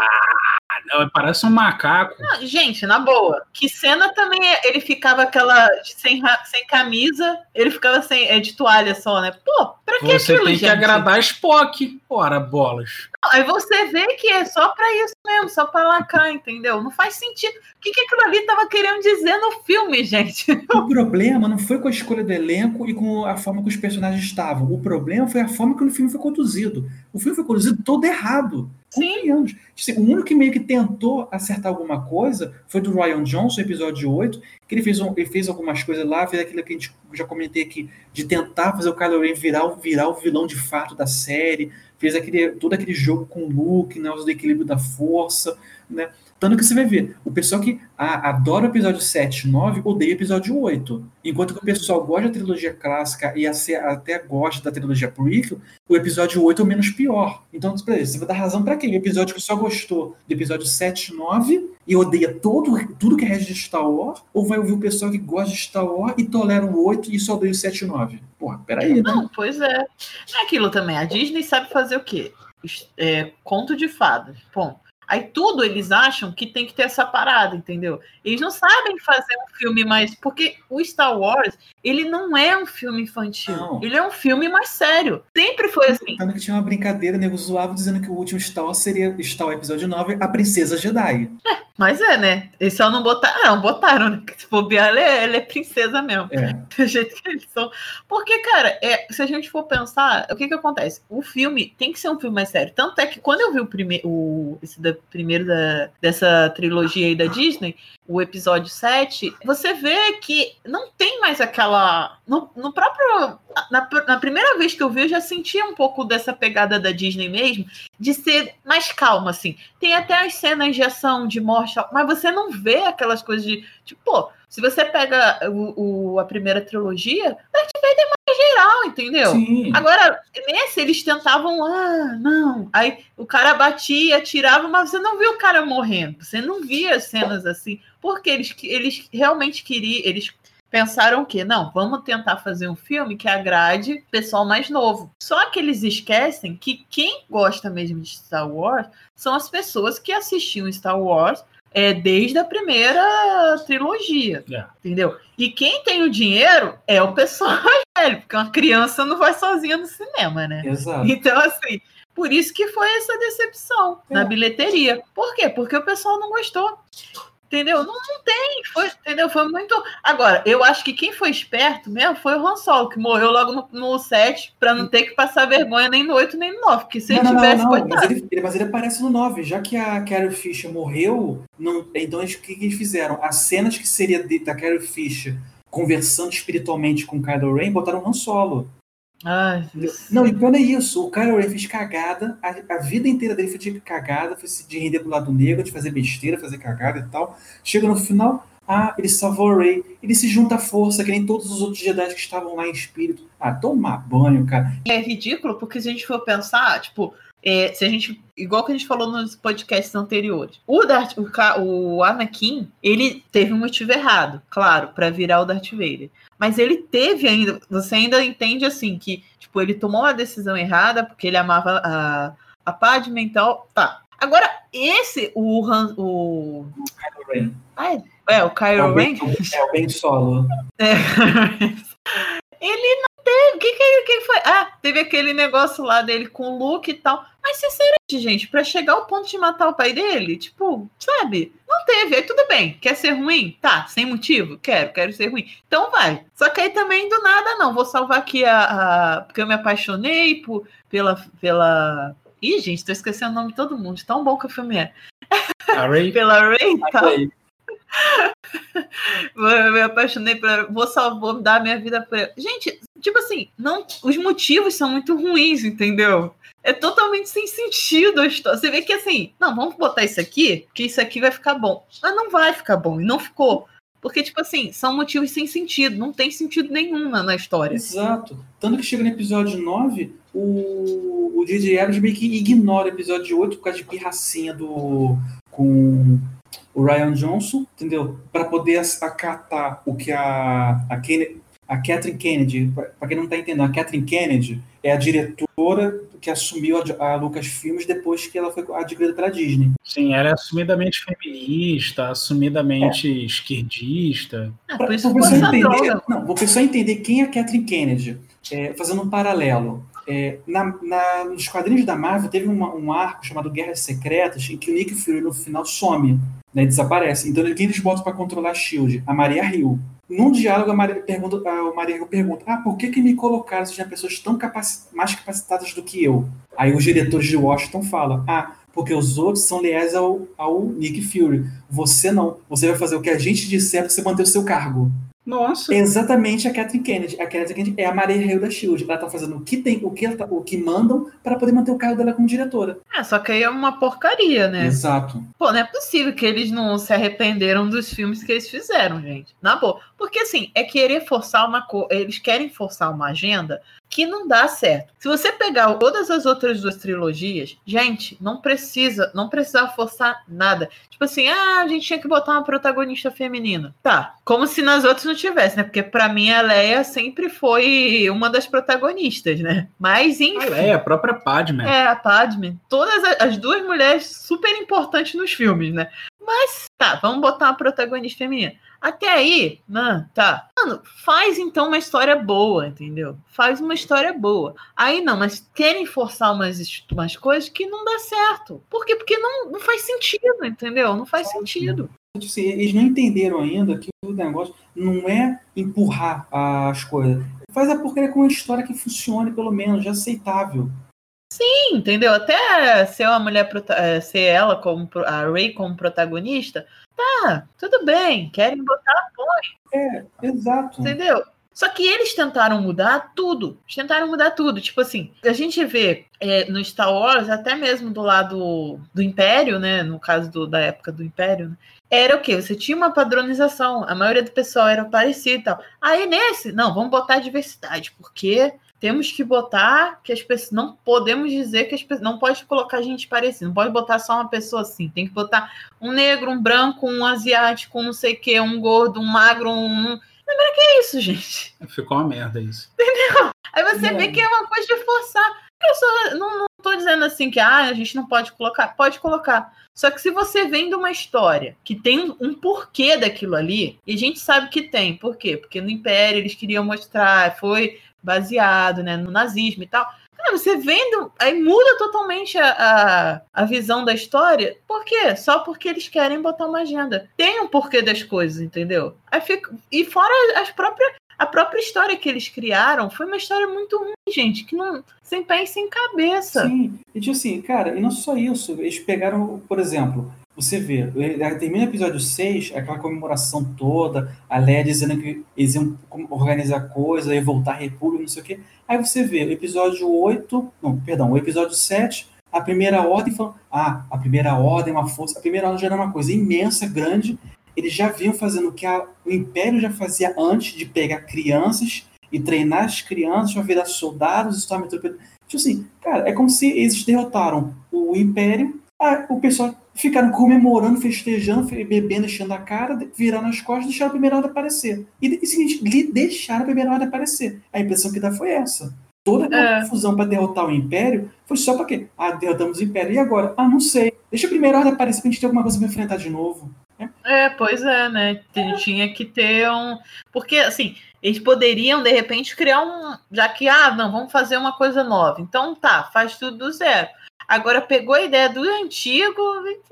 Ah, não, parece um macaco. Não, gente, na boa. Que cena também é- ele ficava aquela sem, ra- sem camisa, ele ficava sem, é, de toalha só, né? Pô, pra que Você aquilo, tem que gente? agradar Spock. Ora, bolas. Não, aí você vê que é só pra isso mesmo, só pra lacrar, entendeu? Não faz sentido. O que, que aquilo ali tava querendo dizer no filme, gente? O problema não foi com a escolha do elenco e com a forma que os personagens estavam. O problema foi a forma que o filme foi conduzido. O filme foi conduzido todo errado. Sim. Convenhamos. Assim, o único que meio que tentou acertar alguma coisa foi do Rian Johnson, episódio oito, que ele fez, um, ele fez algumas coisas lá, fez aquilo que a gente já comentei aqui, de tentar fazer o Kylo Ren virar, o- virar o vilão de fato da série, fez aquele, todo aquele jogo com o Luke, né, uso do equilíbrio da força, né? Tanto que você vai ver, o pessoal que ah, adora o episódio sete, nove, odeia o episódio oito. Enquanto que o pessoal gosta da trilogia clássica e até, até gosta da trilogia prequel, o episódio oito é o menos pior. Então, por exemplo, você vai dar razão pra quem? O episódio que só gostou do episódio sete, nove e odeia todo, tudo que é de Star Wars, ou vai ouvir o pessoal que gosta de Star Wars e tolera o oito e só odeia o sete e nove? Porra, peraí, né? Não, pois é. Não é aquilo também. A Disney sabe fazer o quê? É, conto de fadas. Bom, aí tudo eles acham que tem que ter essa parada, entendeu? Eles não sabem fazer um filme mais... Porque o Star Wars, ele não é um filme infantil. Não. Ele é um filme mais sério. Sempre foi assim. Tanto que tinha uma brincadeira, nego zoava, dizendo que o último Star Wars seria Star Wars episódio nove, a Princesa Jedi. Mas é, né? Eles só não botaram. Não, botaram, né? Se bobear, ela é, ela é princesa mesmo. É. Do jeito que eles são. Porque, cara, é, se a gente for pensar, o que que acontece? O filme tem que ser um filme mais sério. Tanto é que quando eu vi o, prime o esse da, primeiro da, dessa trilogia aí da Disney, o episódio sete, você vê que não tem mais aquela... No, no próprio... Na, na primeira vez que eu vi, eu já sentia um pouco dessa pegada da Disney mesmo, de ser mais calma, assim. Tem até as cenas de ação, de morte, mas você não vê aquelas coisas de... Tipo, pô, se você pega o, o, a primeira trilogia, Darth Vader viral, entendeu? Sim. Agora, nesse, eles tentavam, ah, não. Aí o cara batia, atirava, mas você não viu o cara morrendo. Você não via cenas assim. Porque eles, eles realmente queriam, eles pensaram que, não, vamos tentar fazer um filme que agrade o pessoal mais novo. Só que eles esquecem que quem gosta mesmo de Star Wars são as pessoas que assistiam Star Wars é, desde a primeira trilogia, Yeah. entendeu? E quem tem o dinheiro é o pessoal mais velho, porque uma criança não vai sozinha no cinema, né? Exato. Então, assim, por isso que foi essa decepção É. na bilheteria. Por quê? Porque o pessoal não gostou. Entendeu? Não, não tem. Foi, entendeu? Foi muito. Agora, eu acho que quem foi esperto mesmo foi o Han Solo, que morreu logo no, no sete, pra não ter que passar vergonha nem no oito nem no nove. Porque se Não, ele não, tivesse, não, não, coitado. mas ele, ele- mas ele aparece no nove. Já que a Carrie Fisher morreu, não, então eles- o que, que eles fizeram? As cenas que seria de- da Carrie Fisher conversando espiritualmente com o Kylo Ren, botaram no Han Solo. Ai, Deus. Não, e pior não é isso. O Kylo Ren fez cagada, a, a vida inteira dele foi de cagada, foi se de render pro lado negro, de fazer besteira, fazer cagada e tal. Chega no final, ah, ele salvou o Rey. Ele se junta à força, que nem todos os outros Jedi que estavam lá em espírito. Ah, toma banho, cara. É ridículo, porque se a gente for pensar, tipo, é, se a gente. Igual que a gente falou nos podcasts anteriores, o, Darth, o, Ca- o Anakin, ele teve um motivo errado, claro, pra virar o Darth Vader. Mas ele teve ainda. Você ainda entende assim que, tipo, ele tomou uma decisão errada porque ele amava a, a Padme e tal. Tá. Agora, esse, o. Han- o Kylo Ren. ai, é, o É Kylo o Ren. Ben, é o Ben Solo. É. Ele não teve. O que, que, ele- que foi? Ah, teve aquele negócio lá dele com o Luke e tal. Mas sinceramente, gente, pra chegar ao ponto de matar o pai dele, tipo, sabe? Não teve. Aí tudo bem. Quer ser ruim? Tá, sem motivo? Quero, quero ser ruim. Então vai. Só que aí também do nada, não. Vou salvar aqui a. a- porque eu me apaixonei por, pela, pela. Ih, gente, tô esquecendo o nome de todo mundo. de Tão bom que o filme é. A Rey, Pela Rey e tal. Aí, Eu me apaixonei por. Vou salvar, vou dar a minha vida por ela. Gente, tipo assim, não, os motivos são muito ruins, entendeu? É totalmente sem sentido a história. Você vê que assim, não, vamos botar isso aqui, que isso aqui vai ficar bom. Mas não vai ficar bom, e não ficou. Porque, tipo assim, são motivos sem sentido, não tem sentido nenhum na, na história. Exato. Tanto que chega no episódio nove, o, o J J Abrams meio que ignora o episódio oito por causa de pirracinha do, com o Rian Johnson, entendeu? Para poder acatar o que a, a, Kennedy, a Kathleen Kennedy, para quem não tá entendendo, a Kathleen Kennedy é a diretora que assumiu a, a Lucasfilmes depois que ela foi adquirida pela Disney. sim, ela é assumidamente feminista, assumidamente esquerdista. Ah, Pra, por isso pra foi pessoa essa entender, droga. não, vou pessoal entender quem é a Kathleen Kennedy, é, fazendo um paralelo. É, na, na, nos quadrinhos da Marvel teve uma, um arco chamado Guerras Secretas em que o Nick Fury no final some, né, desaparece. Então quem eles botam para controlar a Shield? A Maria Hill. Num diálogo a Maria pergunta, a Maria Hill pergunta: ah, por que que me colocaram se tinha pessoas tão capaci- mais capacitadas do que eu? Aí os diretores de Washington falam: ah, porque os outros são leais ao, ao Nick Fury. Você não. Você vai fazer o que a gente disser para você manter o seu cargo. Nossa, É exatamente a Kathleen Kennedy. A Kathleen Kennedy é a Maria Hill da Shield. Ela tá fazendo o que tem, o que, ela tá- o que mandam para poder manter o cargo dela como diretora. É, só que aí é uma porcaria, né? Exato. Pô, não é possível que eles não se arrependeram dos filmes que eles fizeram, gente. Na boa. Porque, assim, é querer forçar uma coisa. Eles querem forçar uma agenda que não dá certo. Se você pegar todas as outras duas trilogias, gente, não precisa, não precisa forçar nada. Tipo assim, ah, a gente tinha que botar uma protagonista feminina. Tá, como se nas outras não tivesse, né? Porque pra mim a Leia sempre foi uma das protagonistas, né? Mas, enfim. a Leia, a própria Padme. É, a Padme. Todas as, as duas mulheres super importantes nos filmes, né? Mas, tá, vamos botar uma protagonista feminina. Até aí, mano, tá. Mano, faz então uma história boa, entendeu? Faz uma história boa. Aí não, mas querem forçar umas, hist- umas coisas que não dá certo. Por quê? Porque não, não faz sentido, entendeu? Não faz sentido. Tipo assim, eles não entenderam ainda que o negócio não é empurrar as coisas. Faz a porcaria com uma história que funcione, pelo menos, já aceitável. Sim, entendeu? Até ser uma mulher, prota- eh, ser ela como pro- a Rey como protagonista, tá, tudo bem. Querem botar, É, exato. entendeu? Só que eles tentaram mudar tudo. Eles tentaram mudar tudo. Tipo assim, a gente vê é, no Star Wars, até mesmo do lado do Império, né? No caso do, da época do Império, né? Era o quê? Você tinha uma padronização. A maioria do pessoal era parecido e tal. Aí nesse, não, vamos botar diversidade. Porque temos que botar que as pessoas... Não podemos dizer que as pessoas... Não pode colocar gente parecida. Não pode botar só uma pessoa assim. Tem que botar um negro, um branco, um asiático, um não sei o quê, um gordo, um magro, um... Lembra que é isso, gente? Ficou uma merda isso. Entendeu? Aí você É. vê que é uma coisa de forçar. Eu só, não, não tô dizendo assim que ah, a gente não pode colocar. Pode colocar. Só que se você vem de uma história que tem um porquê daquilo ali, e a gente sabe que tem. Por quê? Porque no Império eles queriam mostrar, foi baseado, né, no nazismo e tal. Cara, você vendo, aí muda totalmente a, a, a visão da história. Por quê? Só porque eles querem botar uma agenda. Tem um porquê das coisas, entendeu? Aí fica, e fora as próprias, a própria história que eles criaram, foi uma história muito ruim, gente, que não, sem pé e sem cabeça. Sim, e tipo assim, cara, e não só isso, eles pegaram, por exemplo, você vê, termina o episódio seis, aquela comemoração toda, a Leia dizendo que eles iam organizar coisa, ia voltar à República, não sei o quê. Aí você vê o episódio oito, não, perdão, o episódio sete, a Primeira Ordem falando, ah, a Primeira Ordem é uma força, a Primeira Ordem já era uma coisa imensa, grande, eles já vinham fazendo o que a, o Império já fazia antes de pegar crianças e treinar as crianças para virar soldados, Stormtroopers. Tipo assim, cara, é como se eles derrotaram o Império, ah, o pessoal ficaram comemorando, festejando, bebendo, enchendo a cara, virando as costas e deixaram a Primeira Ordem aparecer. E, e seguinte, deixaram a Primeira Ordem aparecer. A impressão que dá foi essa. Toda aquela É. confusão para derrotar o Império foi só para quê? Ah, derrotamos o Império. E agora? Ah, não sei. Deixa a Primeira Ordem aparecer pra gente ter alguma coisa para enfrentar de novo. É, pois é, né? Tinha que ter um... Porque, assim, eles poderiam, de repente, criar um... Já que, ah, não, vamos fazer uma coisa nova. Então, tá, faz tudo do zero. Agora, pegou a ideia do antigo,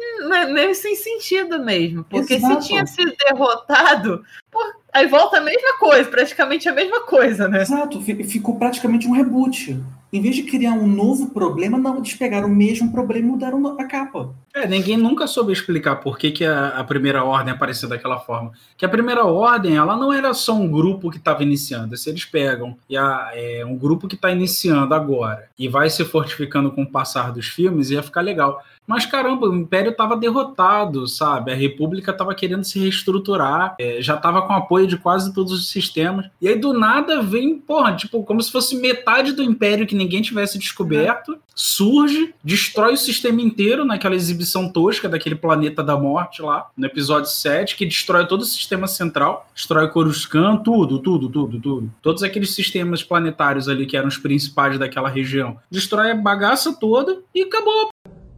meio sem sentido mesmo. Porque Exato. se tinha sido derrotado, pô, aí volta a mesma coisa, praticamente a mesma coisa, né? Exato, ficou praticamente um reboot. Em vez de criar um novo problema, não, eles pegaram o mesmo problema e mudaram a capa. É, ninguém nunca soube explicar por que, que a, a Primeira Ordem apareceu daquela forma. Que a Primeira Ordem, ela não era só um grupo que estava iniciando. Se eles pegam e a, é, um grupo que está iniciando agora e vai se fortificando com o passar dos filmes, ia ficar legal. Mas, caramba, o Império estava derrotado, sabe? A República estava querendo se reestruturar, é, já estava com apoio de quase todos os sistemas. E aí, do nada, vem, porra, tipo, como se fosse metade do Império que ninguém tivesse descoberto, surge, destrói o sistema inteiro naquela exibição tosca daquele planeta da morte lá, no episódio sete, que destrói todo o sistema central, destrói Coruscant, tudo, tudo, tudo, tudo. Todos aqueles sistemas planetários ali que eram os principais daquela região. Destrói a bagaça toda e acabou.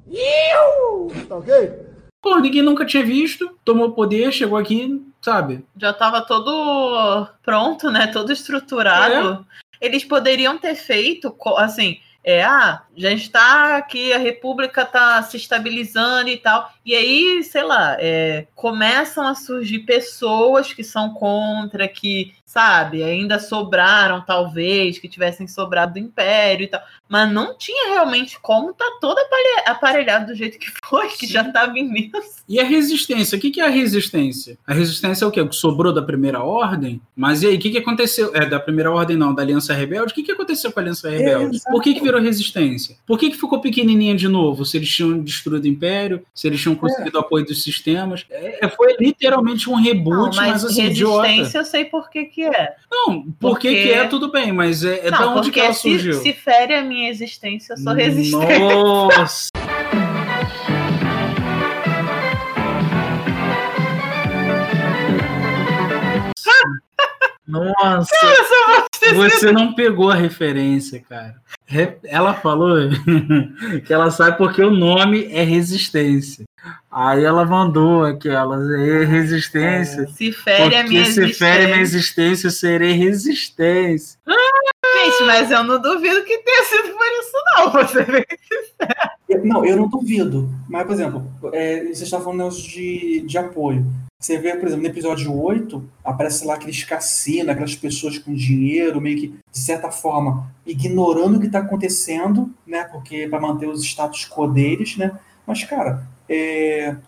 Tá ok? Pô, ninguém nunca tinha visto, tomou poder, chegou aqui, sabe? Já estava todo pronto, né? Todo estruturado. É. Eles poderiam ter feito, assim, é, ah, já está aqui, a República está se estabilizando e tal. E aí, sei lá, é, começam a surgir pessoas que são contra, que, sabe, ainda sobraram, talvez, que tivessem sobrado do Império e tal. Mas não tinha realmente como tá todo aparelhado do jeito que foi, que Sim. já estava imenso. E a resistência? O que, que é a resistência? A resistência é o quê? O que sobrou da Primeira Ordem? Mas e aí, o que, que aconteceu? É, da Primeira Ordem não, da Aliança Rebelde? O que, que aconteceu com a Aliança Rebelde? É, Por que, que virou resistência? Por que, que ficou pequenininha de novo? Se eles tinham destruído o Império, se eles tinham conseguido o apoio dos sistemas. É, foi literalmente um reboot, não, mas, mas assim, idiota. Resistência eu sei por que que é. Não, por que que é, tudo bem, mas é, é não, da onde que ela se, surgiu? Se fere a minha existência, eu sou resistente. Nossa! Nossa! Cara, você não pegou a referência, cara. Ela falou que ela sabe porque o nome é resistência. Aí ela mandou aquelas resistência. Se fere a minha se existência. Se fere a minha existência, eu serei resistência. Gente, mas eu não duvido que tenha sido por isso, não. Você vê que Não, eu não duvido. Mas, por exemplo, é, você está falando de, de apoio. Você vê, por exemplo, no episódio oito, aparece lá aqueles cassinos, aquelas pessoas com dinheiro, meio que, de certa forma, ignorando o que está acontecendo, né? Porque para manter os status quo deles, né? Mas, cara, é,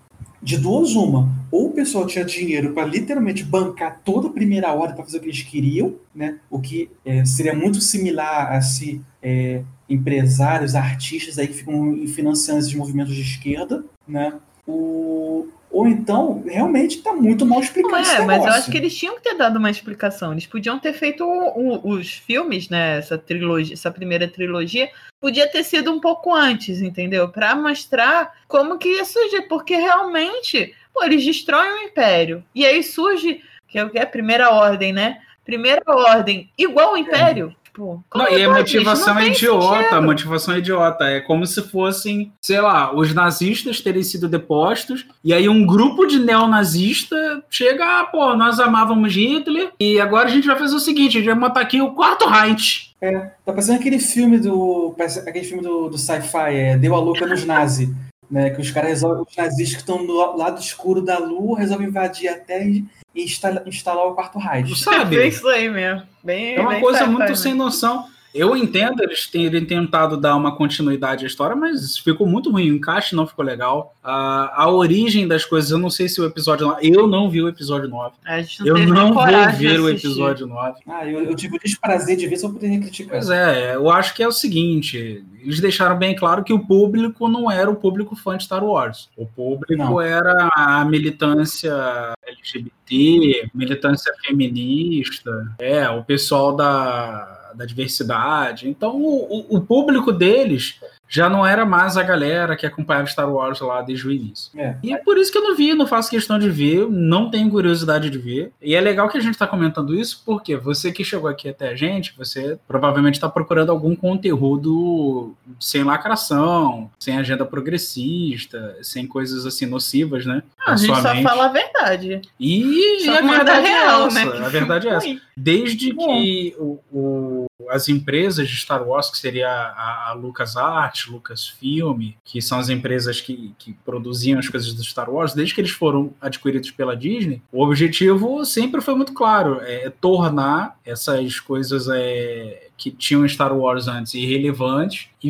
de duas uma. Ou o pessoal tinha dinheiro para literalmente bancar toda a primeira ordem para fazer o que eles queriam, né? O que é, seria muito similar a se é, empresários, artistas aí que ficam financiando esses movimentos de esquerda, né? O... Ou então, realmente está muito mal explicado. Não esse é, negócio. mas eu acho que eles tinham que ter dado uma explicação. Eles podiam ter feito o, o, os filmes, né? Essa trilogia, essa primeira trilogia, podia ter sido um pouco antes, entendeu? Para mostrar como que ia surgir, porque realmente, pô, eles destroem o Império. E aí surge, que é o que é a Primeira Ordem, né? Primeira Ordem igual ao Império. É. Pô, não, e a motivação é idiota, a motivação é idiota. É como se fossem, sei lá, os nazistas terem sido depostos, e aí um grupo de neonazistas chega, ah, pô, nós amávamos Hitler, e agora a gente vai fazer o seguinte, a gente vai matar aqui o Quarto Reich. É, tá parecendo aquele filme do. Aquele filme do, do sci-fi, é, Deu a Louca nos Nazis. Né, que os caras resolvem, os nazistas que estão do lado escuro da Lua resolvem invadir a Terra e instalar, instalar o Quarto Reich. Sabe? É isso aí mesmo. Bem, é uma bem coisa muito mesmo. sem noção. Eu entendo eles terem tentado dar uma continuidade à história, mas ficou muito ruim. O encaixe não ficou legal. A, a origem das coisas, eu não sei se o episódio nove... Eu não vi o episódio nove. A gente não eu teve não vou coragem de ver o assistir. episódio nove. Ah, eu, eu tive o desprazer de ver só poder criticar. Pois é, eu acho que é o seguinte... Eles deixaram bem claro que o público não era o público fã de Star Wars. O público não. Era a militância L G B T, militância feminista, é, o pessoal da, da diversidade. Então, o, o público deles já não era mais a galera que acompanhava Star Wars lá desde o início. É. E é por isso que eu não vi, não faço questão de ver, não tenho curiosidade de ver. E é legal que a gente está comentando isso, porque você que chegou aqui até a gente, você provavelmente está procurando algum conteúdo sem lacração, sem agenda progressista, sem coisas assim nocivas, né? Não, a gente só fala a verdade. E, e a verdade é real, essa, né? A verdade é essa. Desde é. que o, o, as empresas de Star Wars, que seria a, a LucasArts, Lucasfilm, que são as empresas que, que produziam as coisas do Star Wars, desde que eles foram adquiridos pela Disney, o objetivo sempre foi muito claro, é tornar essas coisas é, que tinham Star Wars antes irrelevantes e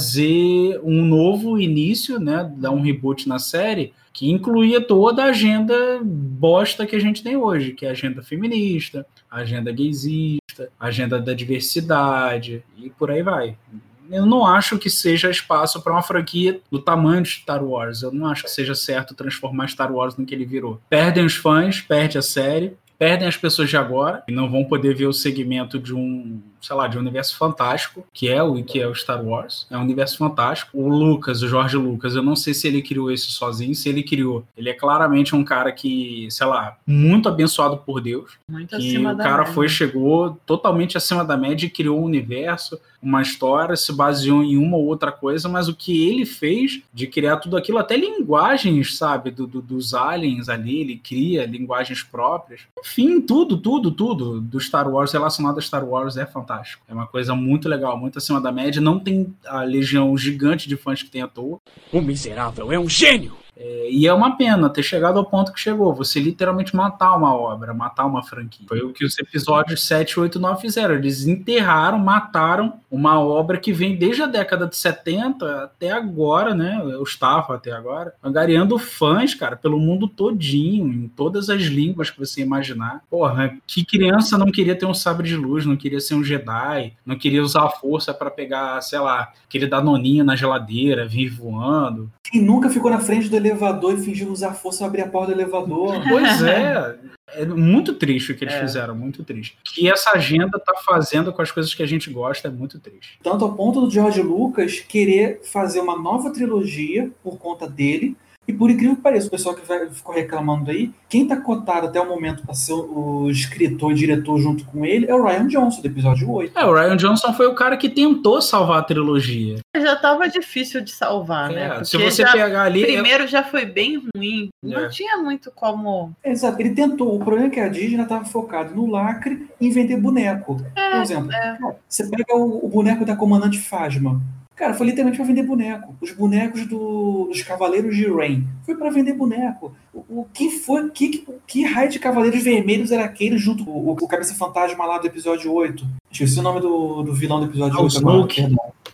fazer um novo início, né, dar um reboot na série, que incluía toda a agenda bosta que a gente tem hoje, que é a agenda feminista, a agenda gaysista, a agenda da diversidade, e por aí vai. Eu não acho que seja espaço para uma franquia do tamanho de Star Wars. Eu não acho que seja certo transformar Star Wars no que ele virou. Perdem os fãs, perde a série, perdem as pessoas de agora, e não vão poder ver o segmento de um, sei lá, de um universo fantástico, que é o que é o Star Wars. É um universo fantástico. O Lucas, o Jorge Lucas, eu não sei se ele criou isso sozinho, se ele criou. Ele é claramente um cara que, sei lá, muito abençoado por Deus. Muito que acima o da cara média. foi, chegou totalmente acima da média e criou um universo, uma história, se baseou em uma ou outra coisa, mas o que ele fez de criar tudo aquilo, até linguagens, sabe, do, do, dos aliens ali, ele cria linguagens próprias. Enfim, tudo, tudo, tudo do Star Wars, relacionado a Star Wars, é fantástico. É uma coisa muito legal, muito acima da média. Não tem a legião gigante de fãs que tem à toa. O miserável é um gênio! É, e é uma pena ter chegado ao ponto que chegou. Você literalmente matar uma obra, matar uma franquia. Foi o que os episódios sete, oito, nove fizeram. Eles enterraram, mataram uma obra que vem desde a década de setenta até agora, né? Eu estava até agora, angariando fãs, cara, pelo mundo todinho, em todas as línguas que você imaginar. Porra, que criança não queria ter um sabre de luz, não queria ser um Jedi, não queria usar a força para pegar, sei lá, aquele danoninho na geladeira, vir voando. Quem nunca ficou na frente do elevador e fingiu usar força para abrir a porta do elevador? Pois é, é muito triste o que eles É. fizeram, muito triste. O que essa agenda tá fazendo com as coisas que a gente gosta é muito triste. Tanto ao ponto do George Lucas querer fazer uma nova trilogia por conta dele. E por incrível que pareça, o pessoal que vai, ficou reclamando aí, quem tá cotado até o momento para ser o escritor e diretor junto com ele é o Rian Johnson, do episódio oito. É, o Rian Johnson foi o cara que tentou salvar a trilogia. Já tava difícil de salvar, É, né? Porque se você já, pegar ali... primeiro já foi bem ruim. Não É. tinha muito como... Exato, ele tentou. O problema é que a Disney estava focada no lacre e em vender boneco. Por exemplo, cara, você pega o, o boneco da Comandante Phasma. Cara, foi literalmente para vender boneco. Os bonecos do, dos Cavaleiros de Rain. Foi para vender boneco. O, o que foi? Que, que, que raio de Cavaleiros Vermelhos era aquele junto com o, o Cabeça Fantasma lá do episódio oito? Esqueci o nome do, do vilão do episódio Ah, o oito agora. Snoke. Perdão.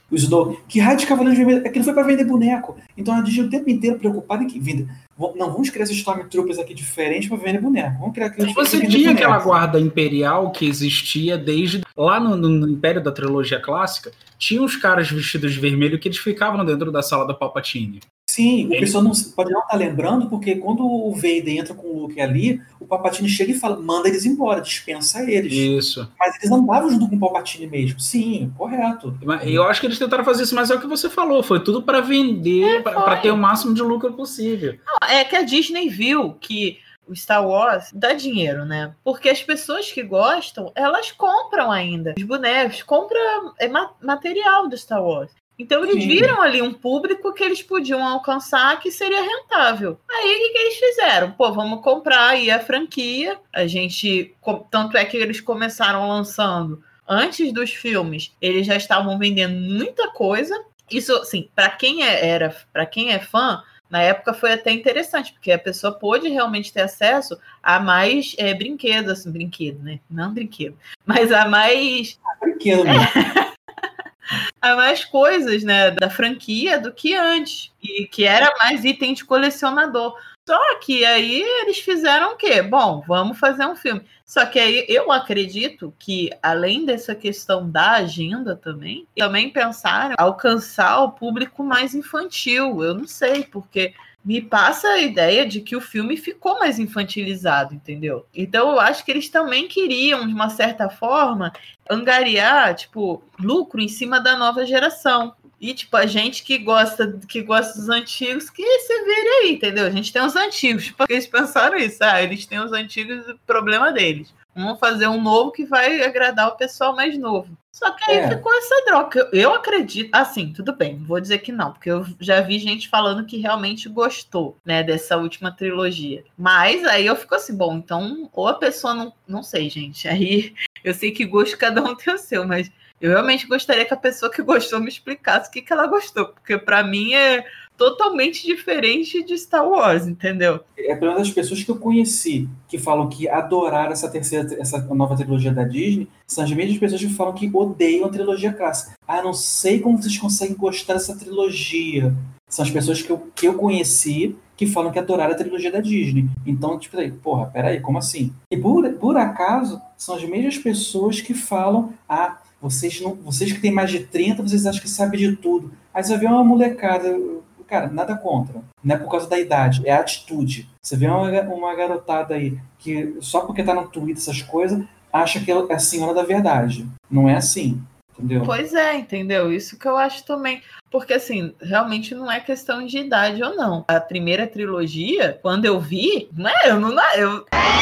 o Snow. Que raio de Cavaleiros Vermelhos? Aquilo foi pra vender boneco. Então a Disney o tempo inteiro preocupada em que venda. Não, vamos criar esses Stormtroopers aqui diferentes pra vender boneco. Vamos criar aqueles Você tinha aquela guarda imperial que existia desde lá no, no Império da trilogia clássica. Tinha uns caras vestidos de vermelho que eles ficavam dentro da sala da Palpatine. Sim, o pessoal não, pode não estar lembrando, porque quando o Vader entra com o Luke ali, o Palpatine chega e fala, manda eles embora, dispensa eles. Isso. Mas eles andavam junto com o Palpatine mesmo. Sim, correto. Eu acho que eles tentaram fazer isso, mas é o que você falou, foi tudo para vender, é, para ter o máximo de lucro possível. Não, é que a Disney viu que o Star Wars dá dinheiro, né? Porque as pessoas que gostam, elas compram ainda os bonecos, compram material do Star Wars. Então eles Sim. viram ali um público que eles podiam alcançar que seria rentável. Aí o que, que eles fizeram? Pô, vamos comprar aí a franquia. A gente, tanto é que eles começaram lançando antes dos filmes, eles já estavam vendendo muita coisa. Isso, assim, para quem é, era, para quem é fã, na época foi até interessante, porque a pessoa pôde realmente ter acesso a mais é, brinquedos, assim, brinquedo, né? Não brinquedo, mas a mais... Ah, brinquedo mesmo. É. Há mais coisas, né, da franquia do que antes, e que era mais item de colecionador. Só que aí eles fizeram o quê? Bom, vamos fazer um filme. Só que aí eu acredito que, além dessa questão da agenda também, também pensaram em alcançar o público mais infantil. Eu não sei, porque me passa a ideia de que o filme ficou mais infantilizado, entendeu? Então eu acho que eles também queriam, de uma certa forma, angariar, tipo, lucro em cima da nova geração. E, tipo, a gente que gosta, que gosta dos antigos, que se vire aí, entendeu? A gente tem os antigos, porque eles pensaram isso. Ah, eles têm os antigos, o problema deles. Vamos fazer um novo que vai agradar o pessoal mais novo. Só que aí é. ficou essa droga. Eu, eu acredito... Assim, tudo bem, vou dizer que não, porque eu já vi gente falando que realmente gostou, né, dessa última trilogia. Mas aí eu fico assim, bom, então, ou a pessoa não... Não sei, gente. Aí eu sei que gosto cada um tem o seu, mas eu realmente gostaria que a pessoa que gostou me explicasse o que, que ela gostou, porque pra mim é totalmente diferente de Star Wars, entendeu? É pelo menos as pessoas que eu conheci que falam que adoraram essa terceira, essa nova trilogia da Disney, são as mesmas pessoas que falam que odeiam a trilogia clássica. Ah, não sei como vocês conseguem gostar dessa trilogia. São as pessoas que eu, que eu conheci que falam que adoraram a trilogia da Disney. Então, tipo, aí, porra, peraí, como assim? E por, por acaso, são as mesmas pessoas que falam, ah, vocês, não, vocês que têm mais de trinta, vocês acham que sabem de tudo. Aí você vê uma molecada... Cara, nada contra. Não é por causa da idade, é a atitude. Você vê uma, uma garotada aí que só porque tá no Twitter, essas coisas, acha que é a senhora da verdade. Não é assim, entendeu? Pois é, entendeu? Isso que eu acho também. Porque, assim, realmente não é questão de idade ou não. A primeira trilogia, quando eu vi, não é, eu não... Eu...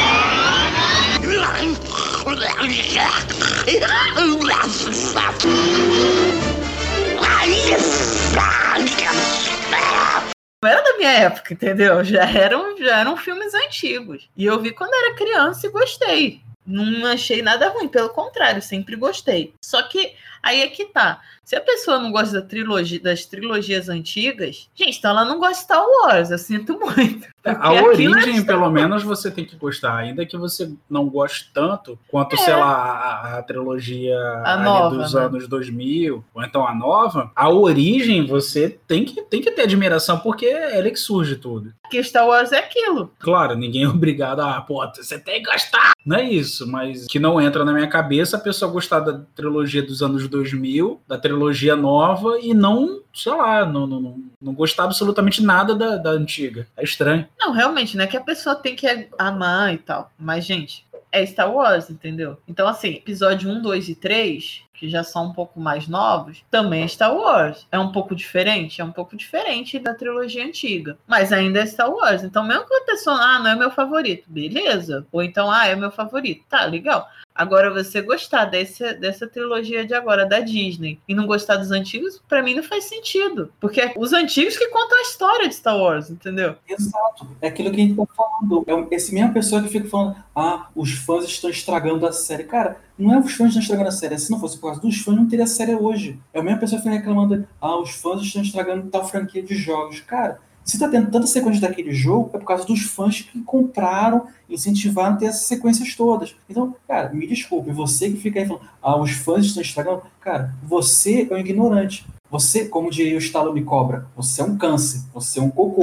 Não era da minha época, entendeu? Já eram, já eram filmes antigos. E eu vi quando era criança e gostei. Não achei nada ruim, pelo contrário, sempre gostei. Só que aí é que tá. Se a pessoa não gosta da trilogia, das trilogias antigas, gente, então ela não gosta de Star Wars, eu sinto muito. A origem, é pelo menos, você tem que gostar. Ainda que você não goste tanto quanto, é. sei lá, a, a trilogia a nova, dos né? anos dois mil, ou então a nova, a origem você tem que, tem que ter admiração, porque é ela que surge tudo. Porque Star Wars é aquilo. Claro, ninguém é obrigado a, pô, você tem que gostar. Não é isso, mas que não entra na minha cabeça a pessoa gostar da trilogia dos anos dois mil, da trilogia nova, e não, sei lá, não, não, não, não gostar absolutamente nada da, da antiga. É estranho. Não, realmente, não é que a pessoa tem que amar e tal. Mas, gente, é Star Wars, entendeu? Então, assim, episódio um, dois e três, que já são um pouco mais novos, também é Star Wars. É um pouco diferente? É um pouco diferente da trilogia antiga. Mas ainda é Star Wars. Então, mesmo que a pessoa, ah, não é meu favorito. Beleza. Ou então, ah, é meu favorito. Tá, legal. Agora, você gostar desse, dessa trilogia de agora, da Disney, e não gostar dos antigos, pra mim não faz sentido. Porque é os antigos que contam a história de Star Wars, entendeu? Exato. É aquilo que a gente tá falando. É essa mesma pessoa que fica falando, ah, os fãs estão estragando a série. Cara, não é os fãs que estão estragando a série. Se não fosse por causa dos fãs, não teria a série hoje. É a mesma pessoa que fica reclamando, ah, os fãs estão estragando tal franquia de jogos. Cara, se tá tendo tanta sequência daquele jogo, é por causa dos fãs que compraram, incentivaram a ter essas sequências todas. Então, cara, me desculpe, você que fica aí falando, ah, os fãs estão estragando, cara, você é um ignorante. Você, como diria o Stallone Cobra, você é um câncer, você é um cocô.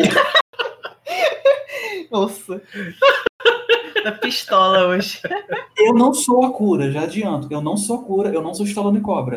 Nossa. Da pistola hoje. Eu não sou a cura, já adianto. Eu não sou a cura, eu não sou Stallone Cobra.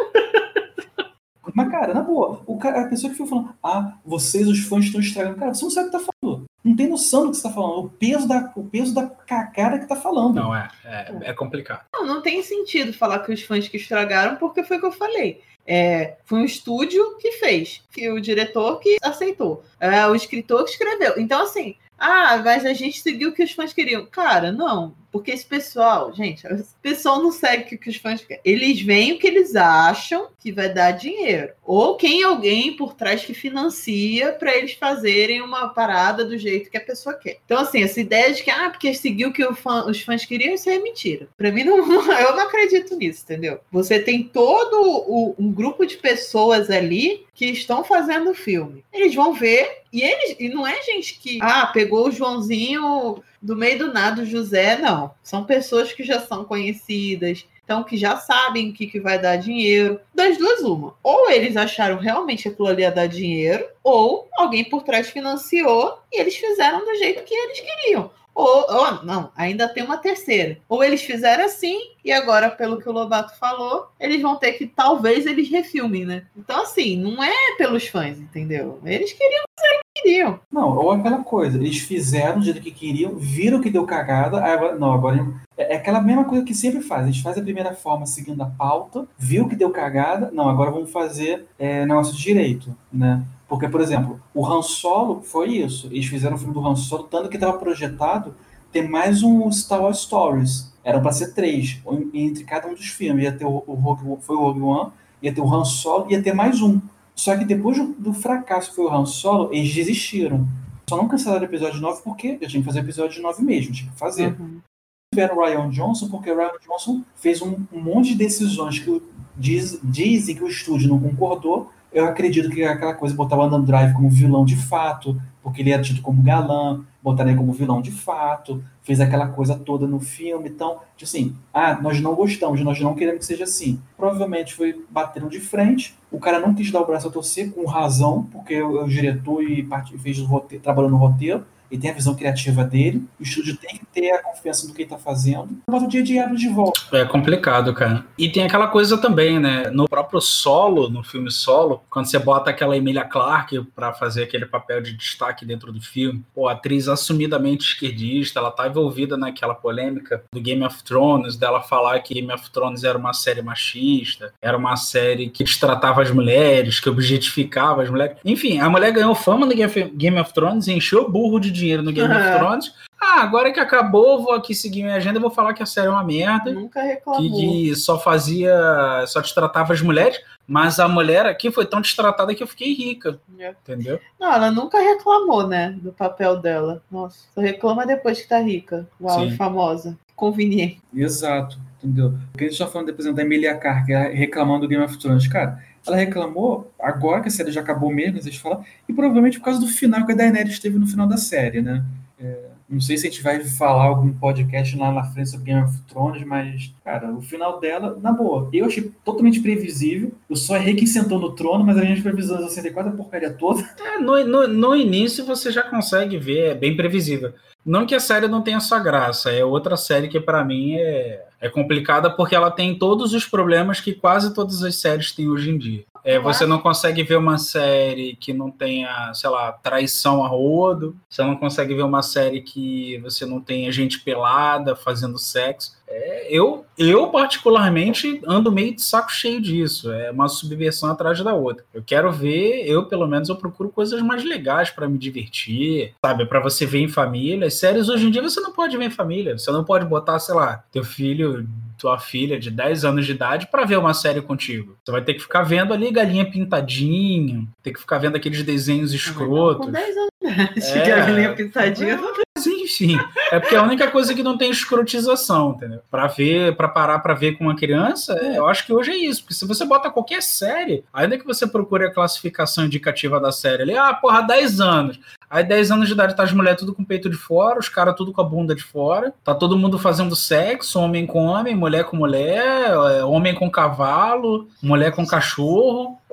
Mas, cara, na boa, o cara, a pessoa que foi falando, ah, vocês, os fãs, estão estragando. Cara, você não sabe o que tá falando. Não tem noção do que você tá falando. O peso da, o peso da cagada que tá falando. Não, é, é, é complicado. Não, não tem sentido falar que os fãs que estragaram, porque foi o que eu falei. É, foi um estúdio que fez, que o diretor que aceitou, é, o escritor que escreveu. Então, assim, ah, mas a gente seguiu o que os fãs queriam. Cara, não, porque esse pessoal, gente, esse pessoal não segue o que os fãs querem. Eles veem o que eles acham que vai dar dinheiro. Ou quem alguém por trás que financia para eles fazerem uma parada do jeito que a pessoa quer. Então, assim, essa ideia de que, ah, porque seguiu o que o fã, os fãs queriam, isso é mentira. Para mim, não, eu não acredito nisso, entendeu? Você tem todo o, um grupo de pessoas ali que estão fazendo o filme. Eles vão ver, e eles e não é gente que, ah, pegou o Joãozinho do meio do nada, o José, não. São pessoas que já são conhecidas, então que já sabem o que, que vai dar dinheiro. Das duas, uma. Ou eles acharam realmente que aquilo ali ia dar dinheiro, ou alguém por trás financiou e eles fizeram do jeito que eles queriam. Ou, ou, não, ainda tem uma terceira. Ou eles fizeram assim, e agora, pelo que o Lobato falou, eles vão ter que, talvez, eles refilmem, né? Então, assim, não é pelos fãs, entendeu? Eles queriam fazer o que queriam. Não, ou aquela coisa, eles fizeram do jeito que queriam, viram que deu cagada, aí agora, não, agora é aquela mesma coisa que sempre faz. A gente faz a primeira forma seguindo a pauta, viu que deu cagada, não, agora vamos fazer é, negócio de direito, né? Porque, por exemplo, o Han Solo foi isso. Eles fizeram o filme do Han Solo, tanto que estava projetado ter mais um Star Wars Stories. Eram para ser três, entre cada um dos filmes. Ia ter o, o Rogue, foi o Rogue One, ia ter o Han Solo, ia ter mais um. Só que depois do, do fracasso que foi o Han Solo, eles desistiram. Só não cancelaram o episódio nove porque eu tinha que fazer o episódio nove mesmo, tinha que fazer. Uhum. Tiveram o Rian Johnson porque o Rian Johnson fez um, um monte de decisões que o, diz, dizem que o estúdio não concordou. Eu acredito que aquela coisa, botar o Adam Drive como vilão de fato, porque ele era tido como galã, botar ele como vilão de fato, fez aquela coisa toda no filme. Então, assim, ah, nós não gostamos, nós não queremos que seja assim. Provavelmente foi bateram de frente, o cara não quis dar o braço a torcer, com razão, porque é o diretor e fez o roteiro, trabalhou no roteiro, ele tem a visão criativa dele, o estúdio tem que ter a confiança no que ele tá fazendo. Bota o dia de de volta. É complicado, cara. E tem aquela coisa também, né? No próprio Solo, no filme Solo, quando você bota aquela Emilia Clarke pra fazer aquele papel de destaque dentro do filme, pô, a atriz assumidamente esquerdista, ela tá envolvida naquela polêmica do Game of Thrones, dela falar que Game of Thrones era uma série machista, era uma série que destratava as mulheres, que objetificava as mulheres. Enfim, a mulher ganhou fama no Game of Thrones e encheu o burro de dinheiro no Game of Thrones. Ah, agora que acabou, vou aqui seguir minha agenda e vou falar que a série é uma merda. Nunca reclamou. Que, que só fazia, só destratava as mulheres, mas a mulher aqui foi tão destratada que eu fiquei rica. É. Entendeu? Não, ela nunca reclamou, né, do papel dela. Nossa, só reclama depois que tá rica. Uau, Sim. famosa. Conveniente. Exato, entendeu? Porque a gente tá falando, por exemplo, da Emilia Clarke reclamando do Game of Thrones. Cara, ela reclamou agora que a série já acabou mesmo, vocês falam, e provavelmente por causa do final que a Daenerys teve no final da série, né? É, não sei se a gente vai falar algum podcast lá na frente sobre Game of Thrones, mas, cara, o final dela, na boa, eu achei totalmente previsível. Eu só errei quem sentou no trono, mas a gente previsou a sessenta e quatro a porcaria toda. É, no, no, no início você já consegue ver, é bem previsível. Não que a série não tenha sua graça, é outra série que pra mim é, é complicada porque ela tem todos os problemas que quase todas as séries têm hoje em dia. É, você não consegue ver uma série que não tenha, sei lá, traição a rodo, você não consegue ver uma série que você não tenha gente pelada fazendo sexo. É, eu, eu, particularmente, ando meio de saco cheio disso. É uma subversão atrás da outra. Eu quero ver, eu, pelo menos, eu procuro coisas mais legais pra me divertir, sabe? Pra você ver em família. As séries, hoje em dia, você não pode ver em família. Você não pode botar, sei lá, teu filho, tua filha de dez anos de idade pra ver uma série contigo. Você vai ter que ficar vendo ali galinha pintadinha, ter que ficar vendo aqueles desenhos escrotos. Com dez anos de é, galinha pintadinha. Mas, enfim, é porque é a única coisa que não tem escrotização, entendeu? Pra ver, pra parar pra ver com uma criança, é, eu acho que hoje é isso. Porque se você bota qualquer série, ainda que você procure a classificação indicativa da série ali, ah, porra, dez anos. Aí dez anos de idade tá as mulheres tudo com o peito de fora, os caras tudo com a bunda de fora, tá todo mundo fazendo sexo, homem com homem, mulher com mulher, homem com cavalo, mulher com cachorro.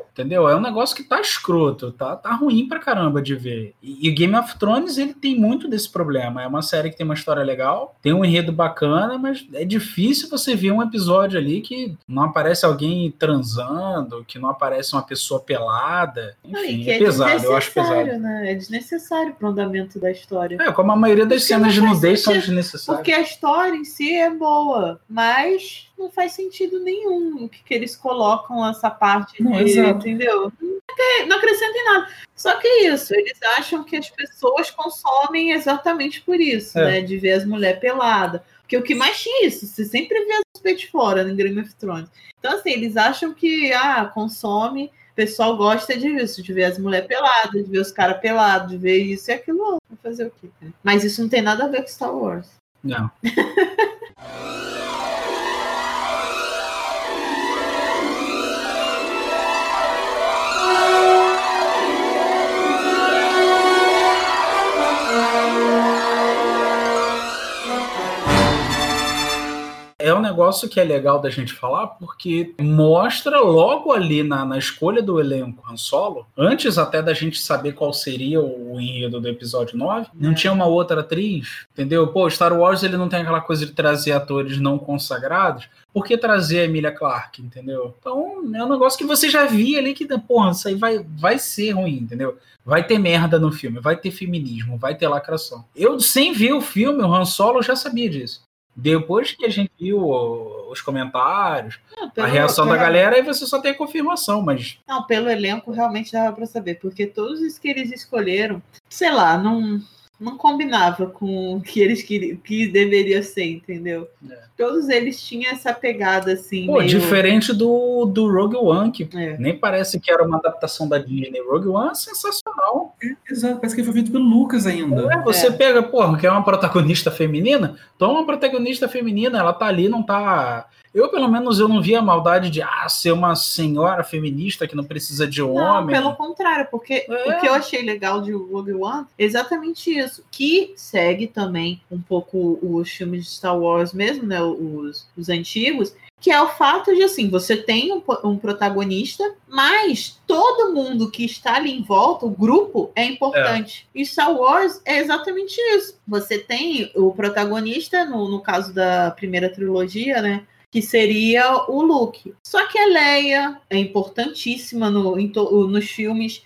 entendeu? É um negócio que tá escroto, tá, tá ruim pra caramba de ver. E, e Game of Thrones, ele tem muito desse problema. É uma série que tem uma história legal, tem um enredo bacana, mas é difícil você ver um episódio ali que não aparece alguém transando, que não aparece uma pessoa pelada. Enfim, é, é pesado, eu acho pesado. Né? É desnecessário pro andamento da história. É, como a maioria das Porque cenas de nudez são sentido, desnecessárias. Porque a história em si é boa, mas não faz sentido nenhum o que, que eles colocam essa parte Não, de, exato. entendeu? Não, não acrescenta em nada. Só que é isso, eles acham que as pessoas consomem exatamente por isso, É. né? De ver as mulheres peladas. Porque o que mais tinha isso, você sempre vê as peitos fora no Game of Thrones. Então, assim, eles acham que, ah, consome, o pessoal gosta disso, de ver as mulheres peladas, de ver os caras pelados, de ver isso e aquilo. Vai fazer o quê? Mas isso não tem nada a ver com Star Wars. Não. É um negócio que é legal da gente falar porque mostra logo ali na, na escolha do elenco Han Solo, antes até da gente saber qual seria o enredo do episódio nove, não tinha uma outra atriz, entendeu? Pô, Star Wars ele não tem aquela coisa de trazer atores não consagrados, por que trazer a Emilia Clarke, entendeu? Então é um negócio que você já via ali que, porra, isso aí vai, vai ser ruim, entendeu? Vai ter merda no filme, vai ter feminismo, vai ter lacração. Eu, sem ver o filme, o Han Solo, já sabia disso. Depois que a gente viu os comentários, não, pelo, a reação pelo... da galera, aí você só tem a confirmação, mas... Não, pelo elenco realmente dava pra saber, porque todos os que eles escolheram, sei lá, não, não combinava com o que eles queriam, que deveria ser, entendeu? É. Todos eles tinham essa pegada, assim, Pô, meio... diferente do, do Rogue One, que é. nem parece que era uma adaptação da Disney. Rogue One é sensacional. É, exato, parece que foi feito pelo Lucas ainda. É, você é. pega, porra, que é uma protagonista feminina, toma uma protagonista feminina, ela tá ali, não tá... Eu, pelo menos, eu não vi a maldade de ah, ser uma senhora feminista que não precisa de não, homem. Pelo contrário, porque é. o que eu achei legal de Rogue One é exatamente isso, que segue também um pouco os filmes de Star Wars mesmo, né, os, os antigos, que é o fato de, assim, você tem um, um protagonista, mas todo mundo que está ali em volta, o grupo, é importante. É. E Star Wars é exatamente isso. Você tem o protagonista, no, no caso da primeira trilogia, né, que seria o Luke. Só que a Leia é importantíssima no, em to, nos filmes.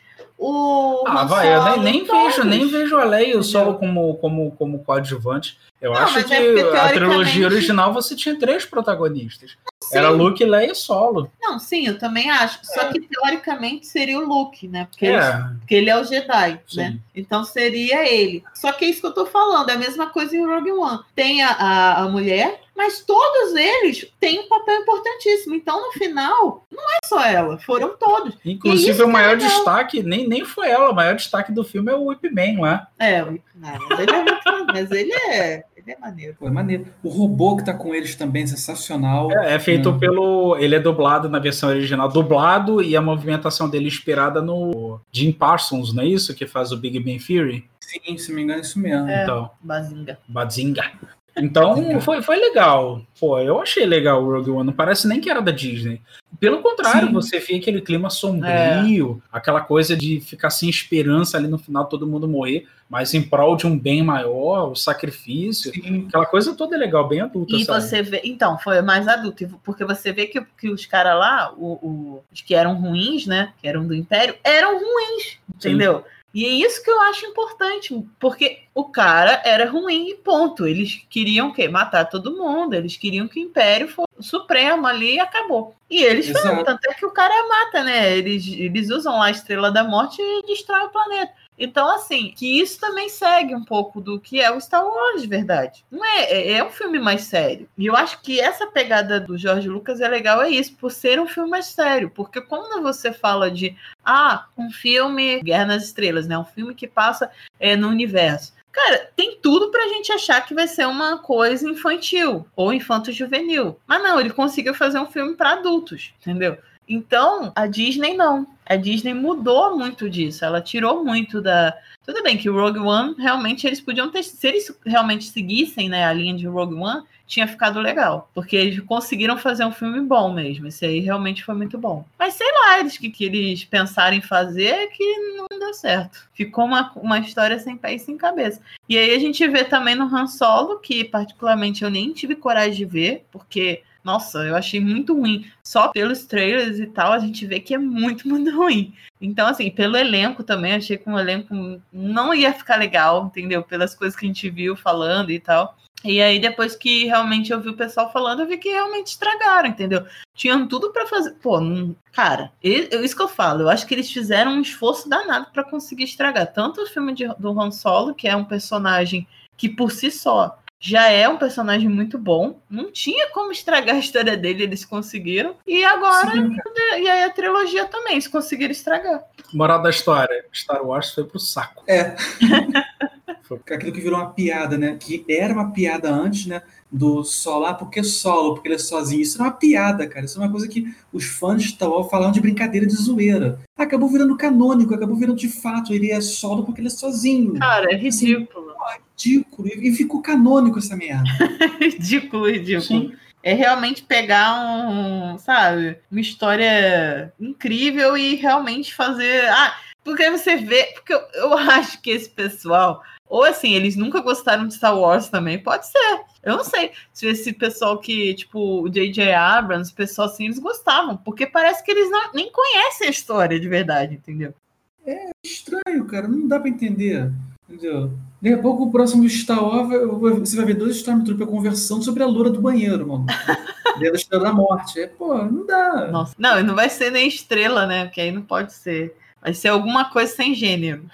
O ah, vai, eu nem, nem vejo, nem vejo a Leia solo como, como, como coadjuvante. Eu não, acho que é porque, a trilogia original você tinha três protagonistas. Sim. Era Luke, Leia e Solo. Não, sim, eu também acho. É. Só que teoricamente seria o Luke, né? Porque, é. ele, porque ele é o Jedi, sim. né? Então seria ele. Só que é isso que eu tô falando. É a mesma coisa em Rogue One. Tem a, a, a mulher, mas todos eles têm um papel importantíssimo. Então, no final, não é só ela. Foram todos. Inclusive, o maior é destaque, nem, nem foi ela. O maior destaque do filme é o Whip Man lá. É, o Whip Man. Ele é muito, mas ele é... Ele é maneiro. Pô, é maneiro. O robô que tá com eles também é sensacional. É, é feito é. pelo... Ele é dublado na versão original. Dublado e a movimentação dele inspirada no Jim Parsons, não é isso? Que faz o Big Bang Theory? Sim, se não me engano, é isso mesmo. É, então, Bazinga. Bazinga. Então, foi, foi legal. Pô, eu achei legal o Rogue One. Não parece nem que era da Disney. Pelo contrário, Sim. você vê aquele clima sombrio, é. aquela coisa de ficar sem esperança ali no final, todo mundo morrer, mas em prol de um bem maior, o sacrifício. Sim. Aquela coisa toda é legal, bem adulta. E sabe? você vê... Então, foi mais adulto, porque você vê que, que os caras lá, o, o, os que eram ruins, né, que eram do Império, eram ruins, entendeu? Sim. E é isso que eu acho importante, porque o cara era ruim e ponto. Eles queriam o quê? Matar todo mundo. Eles queriam que o Império fosse o supremo ali e acabou. E eles falam, tanto é que o cara mata, né? Eles, eles usam lá a Estrela da Morte e destrói o planeta. Então, assim, que isso também segue um pouco do que é o Star Wars de verdade. Não é, é, é um filme mais sério. E eu acho que essa pegada do George Lucas é legal, é isso, por ser um filme mais sério. Porque quando você fala de, ah, um filme Guerra nas Estrelas, né? Um filme que passa é, no universo. Cara, tem tudo pra gente achar que vai ser uma coisa infantil ou infanto-juvenil. Mas não, ele conseguiu fazer um filme pra adultos, entendeu? Então, a Disney não. a Disney mudou muito disso. Ela tirou muito da... Tudo bem que o Rogue One, realmente, eles podiam ter... Se eles realmente seguissem, né, a linha de Rogue One, tinha ficado legal. Porque eles conseguiram fazer um filme bom mesmo. Esse aí realmente foi muito bom. Mas sei lá, eles que, que eles pensaram em fazer que não deu certo. Ficou uma, uma história sem pé e sem cabeça. E aí a gente vê também no Han Solo, que particularmente eu nem tive coragem de ver, porque... Nossa, eu achei muito ruim. Só pelos trailers e tal, a gente vê que é muito, muito ruim. Então, assim, pelo elenco também, achei que o elenco não ia ficar legal, entendeu? Pelas coisas que a gente viu falando e tal. E aí, depois que realmente eu vi o pessoal falando, eu vi que realmente estragaram, entendeu? Tinham tudo pra fazer. Pô, não... cara, é isso que eu falo. Eu acho que eles fizeram um esforço danado pra conseguir estragar. Tanto o filme de, do Han Solo, que é um personagem que, por si só, já é um personagem muito bom. Não tinha como estragar a história dele, eles conseguiram. E agora, Sim, e aí a trilogia também, eles conseguiram estragar. Moral da história, Star Wars foi pro saco. É. Foi aquilo que virou uma piada, né? Que era uma piada antes, né? Do Solo. Ah, por que Solo? Porque ele é sozinho. Isso não é uma piada, cara. Isso é uma coisa que os fãs de Star Wars falam de brincadeira, de zoeira. Acabou virando canônico, acabou virando de fato. Ele é solo porque ele é sozinho. Cara, é ridículo. Assim, é ridículo. E ficou canônico essa merda. ridículo, ridículo. Sim. É realmente pegar um, sabe, uma história incrível e realmente fazer... Ah, porque você vê... Porque eu, eu acho que esse pessoal... Ou assim, eles nunca gostaram de Star Wars também. Pode ser. Eu não sei se esse pessoal que, tipo, o J J Abrams, o pessoal assim, eles gostavam. Porque parece que eles não, nem conhecem a história de verdade, entendeu? É estranho, cara. Não dá pra entender. Entendeu? Daqui a pouco o próximo Star Wars, você vai ver dois Stormtroopers conversando sobre a loura do banheiro, mano. Dentro da Estrela da Morte. É, pô, não dá. Nossa. Não, não vai ser nem estrela, né? Porque aí não pode ser. Vai ser alguma coisa sem gênero.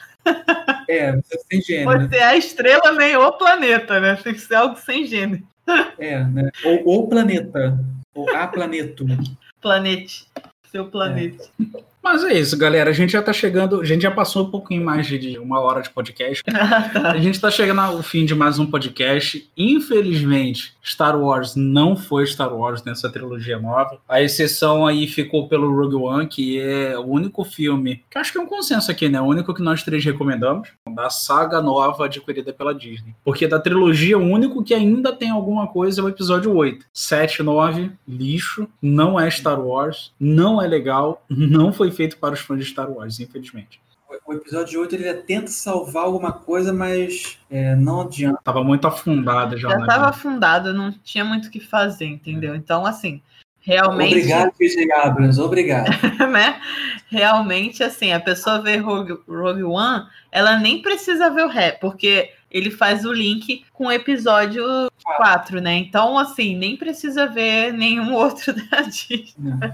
É, vai ser sem gênero. Pode ser a estrela nem o planeta, né? Tem que ser algo sem gênero. É, né? Ou o planeta. Ou a planeto. Planete. Seu planeta. É. Mas é isso, galera. A gente já tá chegando. A gente já passou um pouquinho mais de uma hora de podcast. A gente tá chegando ao fim de mais um podcast. Infelizmente, Star Wars não foi Star Wars nessa trilogia nova. A exceção aí ficou pelo Rogue One, que é o único filme, que acho que é um consenso aqui, né? O único que nós três recomendamos, da saga nova adquirida pela Disney. Porque da trilogia, o único que ainda tem alguma coisa é o episódio oito. sete, nove, lixo. Não é Star Wars. Não é legal. Não foi feito para os fãs de Star Wars, infelizmente. O episódio oito ele tenta salvar alguma coisa, mas é, não adianta. Tava muito afundado já. Já tava afundado, não tinha muito o que fazer, entendeu? Então, assim, realmente... Obrigado, J J Abrams, obrigado. né? Realmente, assim, a pessoa vê Rogue, Rogue One, ela nem precisa ver o ré, porque ele faz o link com o episódio quatro, né? Então, assim, nem precisa ver nenhum outro da Disney.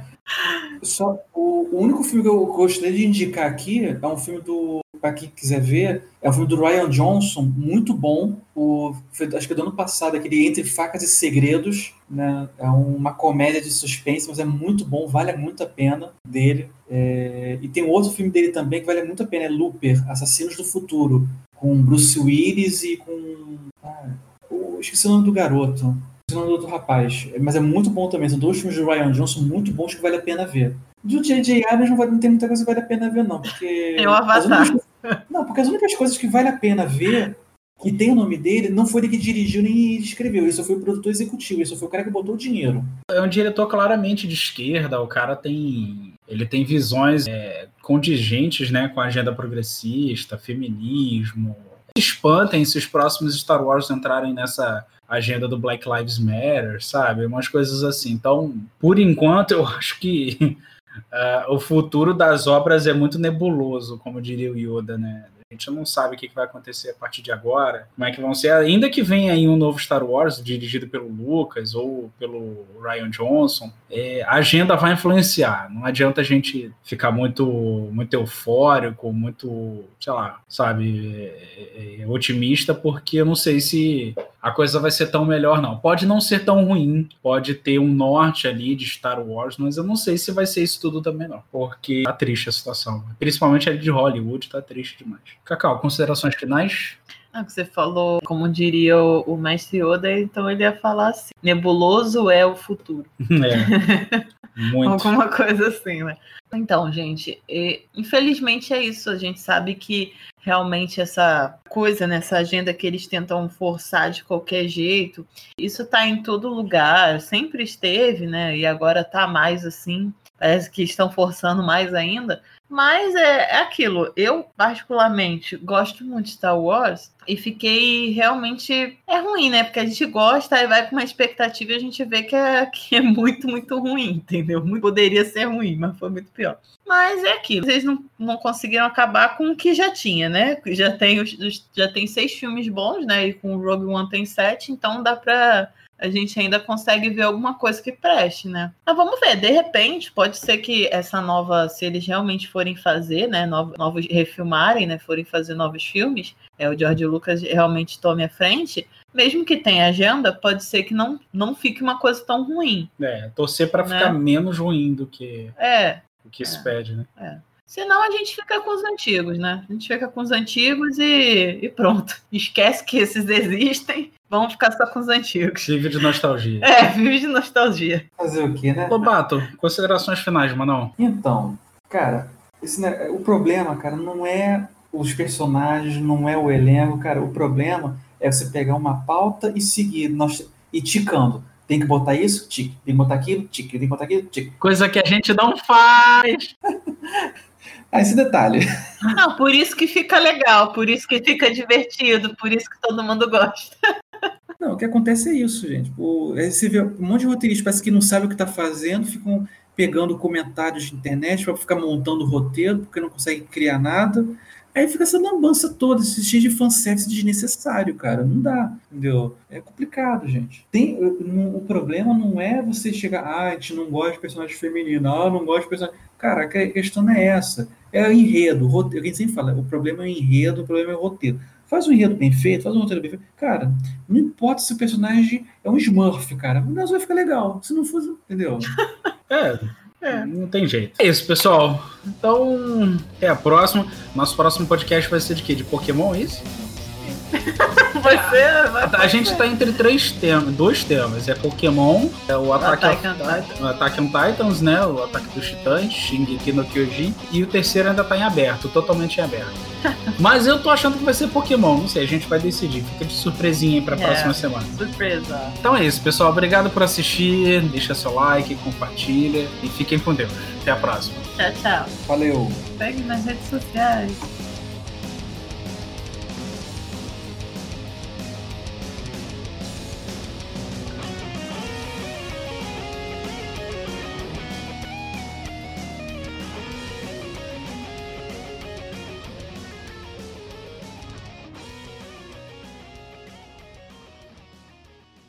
Só, o, o único filme que eu gostaria de indicar aqui é um filme do, para quem quiser ver, é um filme do Rian Johnson, muito bom. O, foi, acho que é do ano passado, aquele Entre Facas e Segredos, né? É uma comédia de suspense, mas é muito bom, vale muito a pena dele. É, e tem um outro filme dele também que vale muito a pena, é Looper, Assassinos do Futuro, com Bruce Willis e com... Ah, eu esqueci o nome do garoto. O nome do outro rapaz, mas é muito bom também. São dois filmes do Rian Johnson muito bons que vale a pena ver. Do J J Abrams não, vai, não tem muita coisa que vale a pena ver, não. Porque tem o Avatar. Únicas, não, porque as únicas coisas que vale a pena ver, que tem o nome dele, não foi ele que dirigiu nem escreveu. Ele só foi o produtor executivo. Ele só foi o cara que botou o dinheiro. É um diretor claramente de esquerda. O cara tem... Ele tem visões é, contingentes, né, com a agenda progressista, feminismo. Espantem se os próximos Star Wars entrarem nessa agenda do Black Lives Matter, sabe? Umas coisas assim. Então, por enquanto, eu acho que uh, o futuro das obras é muito nebuloso, como diria o Yoda, né? A gente não sabe o que vai acontecer a partir de agora, como é que vão ser, ainda que venha aí um novo Star Wars dirigido pelo Lucas ou pelo Rian Johnson, é, a agenda vai influenciar, não adianta a gente ficar muito, muito eufórico, muito, sei lá, sabe, é, é, otimista, porque eu não sei se a coisa vai ser tão melhor, não. Pode não ser tão ruim, pode ter um norte ali de Star Wars, mas eu não sei se vai ser isso tudo também, não, porque tá triste a situação, principalmente ali de Hollywood, tá triste demais. Cacau, considerações finais? Ah, que você falou, como diria o, o mestre Yoda, então ele ia falar assim, nebuloso é o futuro. É. Muito. Alguma coisa assim, né? Então, gente, e, infelizmente é isso. A gente sabe que realmente essa coisa, né, essa agenda que eles tentam forçar de qualquer jeito, isso tá em todo lugar, sempre esteve, né? E agora tá mais assim. Parece que estão forçando mais ainda. Mas é, é aquilo. Eu, particularmente, gosto muito de Star Wars e fiquei realmente... É ruim, né? Porque a gente gosta e vai com uma expectativa e a gente vê que é, que é muito, muito ruim, entendeu? Poderia ser ruim, mas foi muito pior. Mas é aquilo. Eles não, não conseguiram acabar com o que já tinha, né? Já tem, os, já tem seis filmes bons, né? E com o Rogue One tem sete, então dá pra... a gente ainda consegue ver alguma coisa que preste, né? Mas vamos ver, de repente, pode ser que essa nova, se eles realmente forem fazer, né, novos, novos refilmarem, né, forem fazer novos filmes, é, o George Lucas realmente tome a frente, mesmo que tenha agenda, pode ser que não, não fique uma coisa tão ruim. É, torcer pra né? ficar menos ruim do que, É. do que se é, pede, né? É. Senão a gente fica com os antigos, né? A gente fica com os antigos e, e pronto. Esquece que esses existem, vamos ficar só com os antigos. Vive de nostalgia. É, vive de nostalgia. Fazer o quê, né? Lobato, considerações finais, Manão. Então, cara, esse, né, o problema, cara, não é os personagens, não é o elenco, cara. O problema é você pegar uma pauta e seguir, nós, e ticando. Tem que botar isso, tique. Tem que botar aquilo, tique. Tem que botar aquilo, tique. Coisa que a gente não faz. Ah, esse detalhe. Não, por isso que fica legal, por isso que fica divertido, por isso que todo mundo gosta. Não, o que acontece é isso, gente. O, aí você vê um monte de roteiristas, parece que não sabe o que está fazendo, ficam pegando comentários de internet para ficar montando roteiro, porque não consegue criar nada. Aí fica essa lambança toda, esse cheio de fanservice desnecessário, cara. Não dá, entendeu? É complicado, gente. Tem, o, o problema não é você chegar, ah, a gente não gosta de personagem feminino, ah, não gosta de personagem... Cara, a questão não é essa. É o enredo, o roteiro. A gente sempre fala, o problema é o enredo, o problema é o roteiro. Faz um enredo bem feito, faz um roteiro bem feito. Cara, não importa se o personagem é um Smurf, cara. O negócio vai ficar legal. Se não for, entendeu? É... É. Não tem jeito. É isso, pessoal. Então, até a próxima. Nosso próximo podcast vai ser de quê? De Pokémon, é isso? Você vai A gente tá entre três temas, dois temas. É Pokémon, é o Attack, Attack on, on Titan. o Attack on Titans, né? O Ataque dos Titãs, Shingeki no Kyojin. E o terceiro ainda tá em aberto, totalmente em aberto. Mas eu tô achando que vai ser Pokémon, não sei, a gente vai decidir. Fica de surpresinha aí pra É. próxima semana. Surpresa. Então é isso, pessoal. Obrigado por assistir. Deixa seu like, compartilha e fiquem com Deus. Até a próxima. Tchau, tchau. Valeu. Segue nas redes sociais.